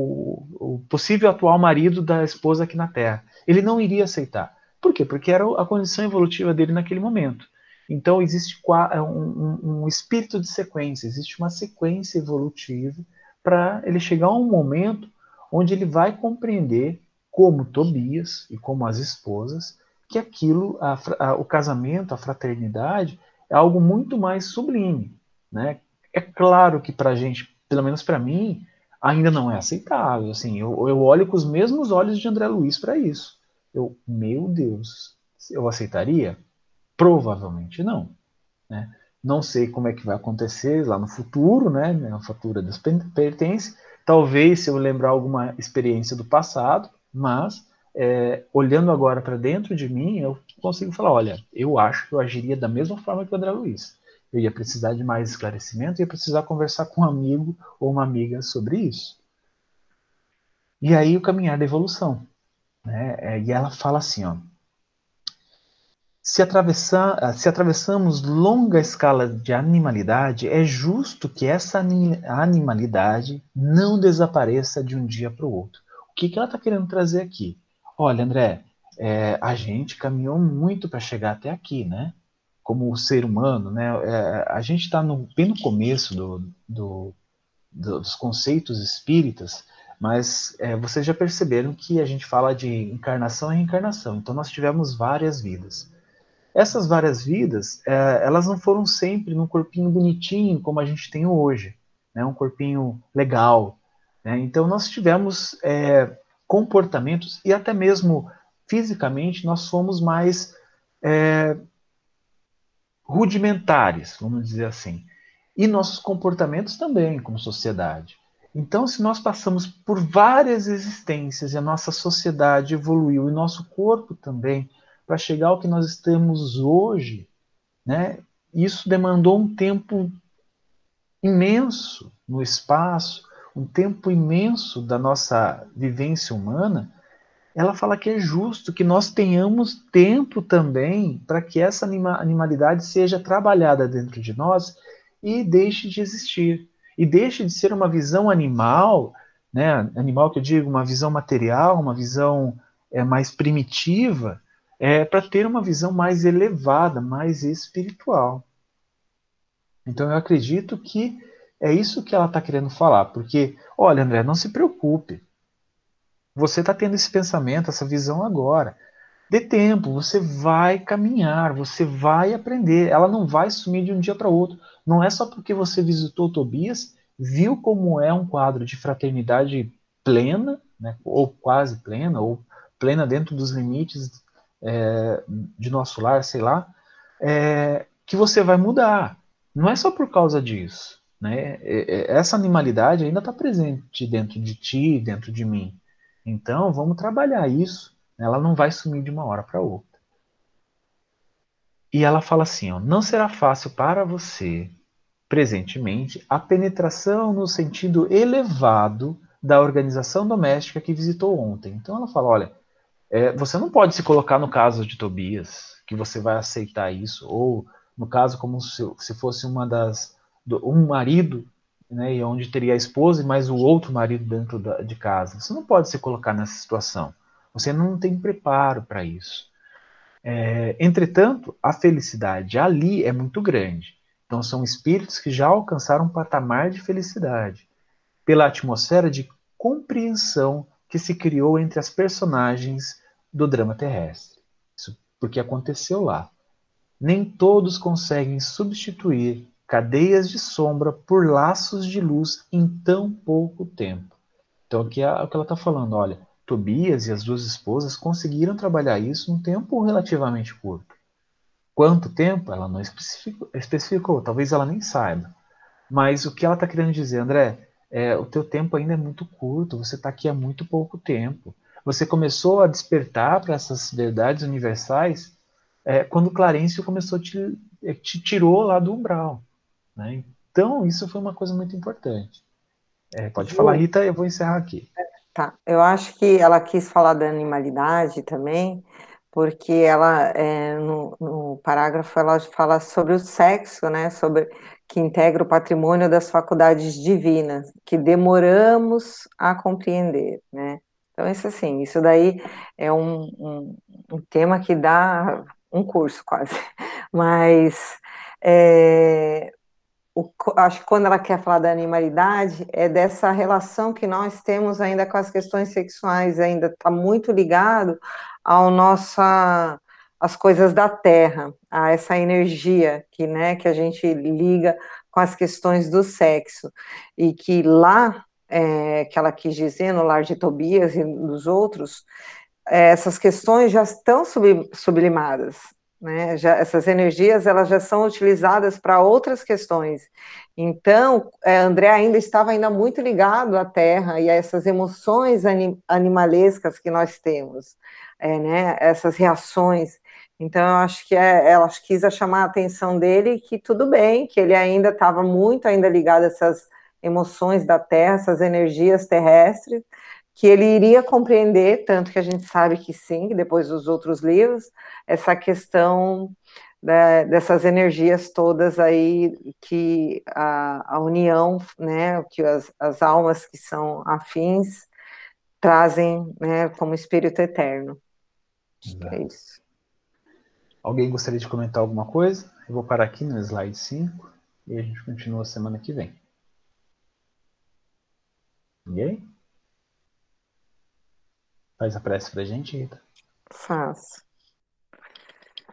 o, o possível atual marido da esposa aqui na Terra. Ele não iria aceitar. Por quê? Porque era a condição evolutiva dele naquele momento. Então, existe um, um, um espírito de sequência, existe uma sequência evolutiva para ele chegar a um momento onde ele vai compreender, como Tobias e como as esposas, que aquilo, a, a, o casamento, a fraternidade, é algo muito mais sublime, né? É claro que para a gente, pelo menos para mim, ainda não é aceitável. Assim, eu, eu olho com os mesmos olhos de André Luiz para isso. Eu, meu Deus, eu aceitaria? Provavelmente não. Né? Não sei como é que vai acontecer lá no futuro, né? A fatura das pertence. Talvez se eu lembrar alguma experiência do passado, mas é, olhando agora para dentro de mim, eu consigo falar, olha, eu acho que eu agiria da mesma forma que o André Luiz. Eu ia precisar de mais esclarecimento, ia precisar conversar com um amigo ou uma amiga sobre isso. E aí o caminhar da evolução. Né? É, e ela fala assim, ó, Se, atravessar, se atravessamos longa escala de animalidade, é justo que essa animalidade não desapareça de um dia para o outro. O que, que ela está querendo trazer aqui? Olha, André, é, a gente caminhou muito para chegar até aqui, né? Como ser humano, né? É, a gente está bem no começo do, do, do, dos conceitos espíritas, mas é, vocês já perceberam que a gente fala de encarnação e reencarnação. Então nós tivemos várias vidas. Essas várias vidas, é, elas não foram sempre num corpinho bonitinho como a gente tem hoje, né? Um corpinho legal. Né? Então nós tivemos é, comportamentos e até mesmo fisicamente nós fomos mais é, rudimentares, vamos dizer assim. E nossos comportamentos também, como sociedade. Então, se nós passamos por várias existências e a nossa sociedade evoluiu e nosso corpo também, para chegar ao que nós estamos hoje, né, isso demandou um tempo imenso no espaço, um tempo imenso da nossa vivência humana. Ela fala que é justo que nós tenhamos tempo também para que essa anima animalidade seja trabalhada dentro de nós e deixe de existir. E deixe de ser uma visão animal, né? Animal que eu digo, uma visão material, uma visão é, mais primitiva, é, para ter uma visão mais elevada, mais espiritual. Então eu acredito que é isso que ela está querendo falar. Porque, olha, André, não se preocupe. Você está tendo esse pensamento, essa visão agora. Dê tempo, você vai caminhar, você vai aprender. Ela não vai sumir de um dia para outro. Não é só porque você visitou Tobias, viu como é um quadro de fraternidade plena, né, ou quase plena, ou plena dentro dos limites é, de nosso lar, sei lá, é, que você vai mudar. Não é só por causa disso. Né? Essa animalidade ainda está presente dentro de ti, dentro de mim. Então, vamos trabalhar isso. Ela não vai sumir de uma hora para outra. E ela fala assim, ó, não será fácil para você, presentemente, a penetração no sentido elevado da organização doméstica que visitou ontem. Então ela fala, olha, é, você não pode se colocar no caso de Tobias, que você vai aceitar isso, ou no caso como se, se fosse uma das, do, um marido, né, e onde teria a esposa e mais o outro marido dentro da, de casa. Você não pode se colocar nessa situação. Você não tem preparo para isso. É, entretanto, a felicidade ali é muito grande. Então, são espíritos que já alcançaram um patamar de felicidade, pela atmosfera de compreensão que se criou entre as personagens do drama terrestre. Isso porque aconteceu lá. Nem todos conseguem substituir cadeias de sombra por laços de luz em tão pouco tempo. Então, aqui é o que ela está falando. Olha, Tobias e as duas esposas conseguiram trabalhar isso num tempo relativamente curto. Quanto tempo? Ela não especificou, especificou, talvez ela nem saiba. Mas o que ela está querendo dizer, André, é, o teu tempo ainda é muito curto, você está aqui há muito pouco tempo. Você começou a despertar para essas verdades universais é, quando Clarencio começou a te, te tirou lá do umbral. Né? Então, isso foi uma coisa muito importante. É, pode falar, Ju, Rita, eu vou encerrar aqui. tá. Eu acho que ela quis falar da animalidade também, porque ela, é, no, no parágrafo, ela fala sobre o sexo, né? Sobre que integra o patrimônio das faculdades divinas, que demoramos a compreender, né? Então, isso assim, isso daí é um, um, um tema que dá um curso quase. Mas é, o, acho que quando ela quer falar da animalidade, é dessa relação que nós temos ainda com as questões sexuais, ainda está muito ligado ao nossa, às coisas da terra, a essa energia que, né, que a gente liga com as questões do sexo, e que lá, é, que ela quis dizer, no lar de Tobias e dos outros, é, essas questões já estão sublimadas, né? Já, essas energias elas já são utilizadas para outras questões. Então, é, André ainda estava ainda muito ligado à Terra e a essas emoções anim, animalescas que nós temos, é, né? Essas reações. Então, eu acho que é, ela quis chamar a atenção dele que tudo bem, que ele ainda estava muito ainda ligado a essas emoções da Terra, essas energias terrestres, que ele iria compreender, tanto que a gente sabe que sim, depois dos outros livros, essa questão da, dessas energias todas aí que a, a união, né, que as, as almas que são afins trazem, né, como espírito eterno. Acho que é Exato. isso. Alguém gostaria de comentar alguma coisa? Eu vou parar aqui no slide cinco e a gente continua semana que vem. Ninguém? Faz a prece pra gente, Rita. Faço.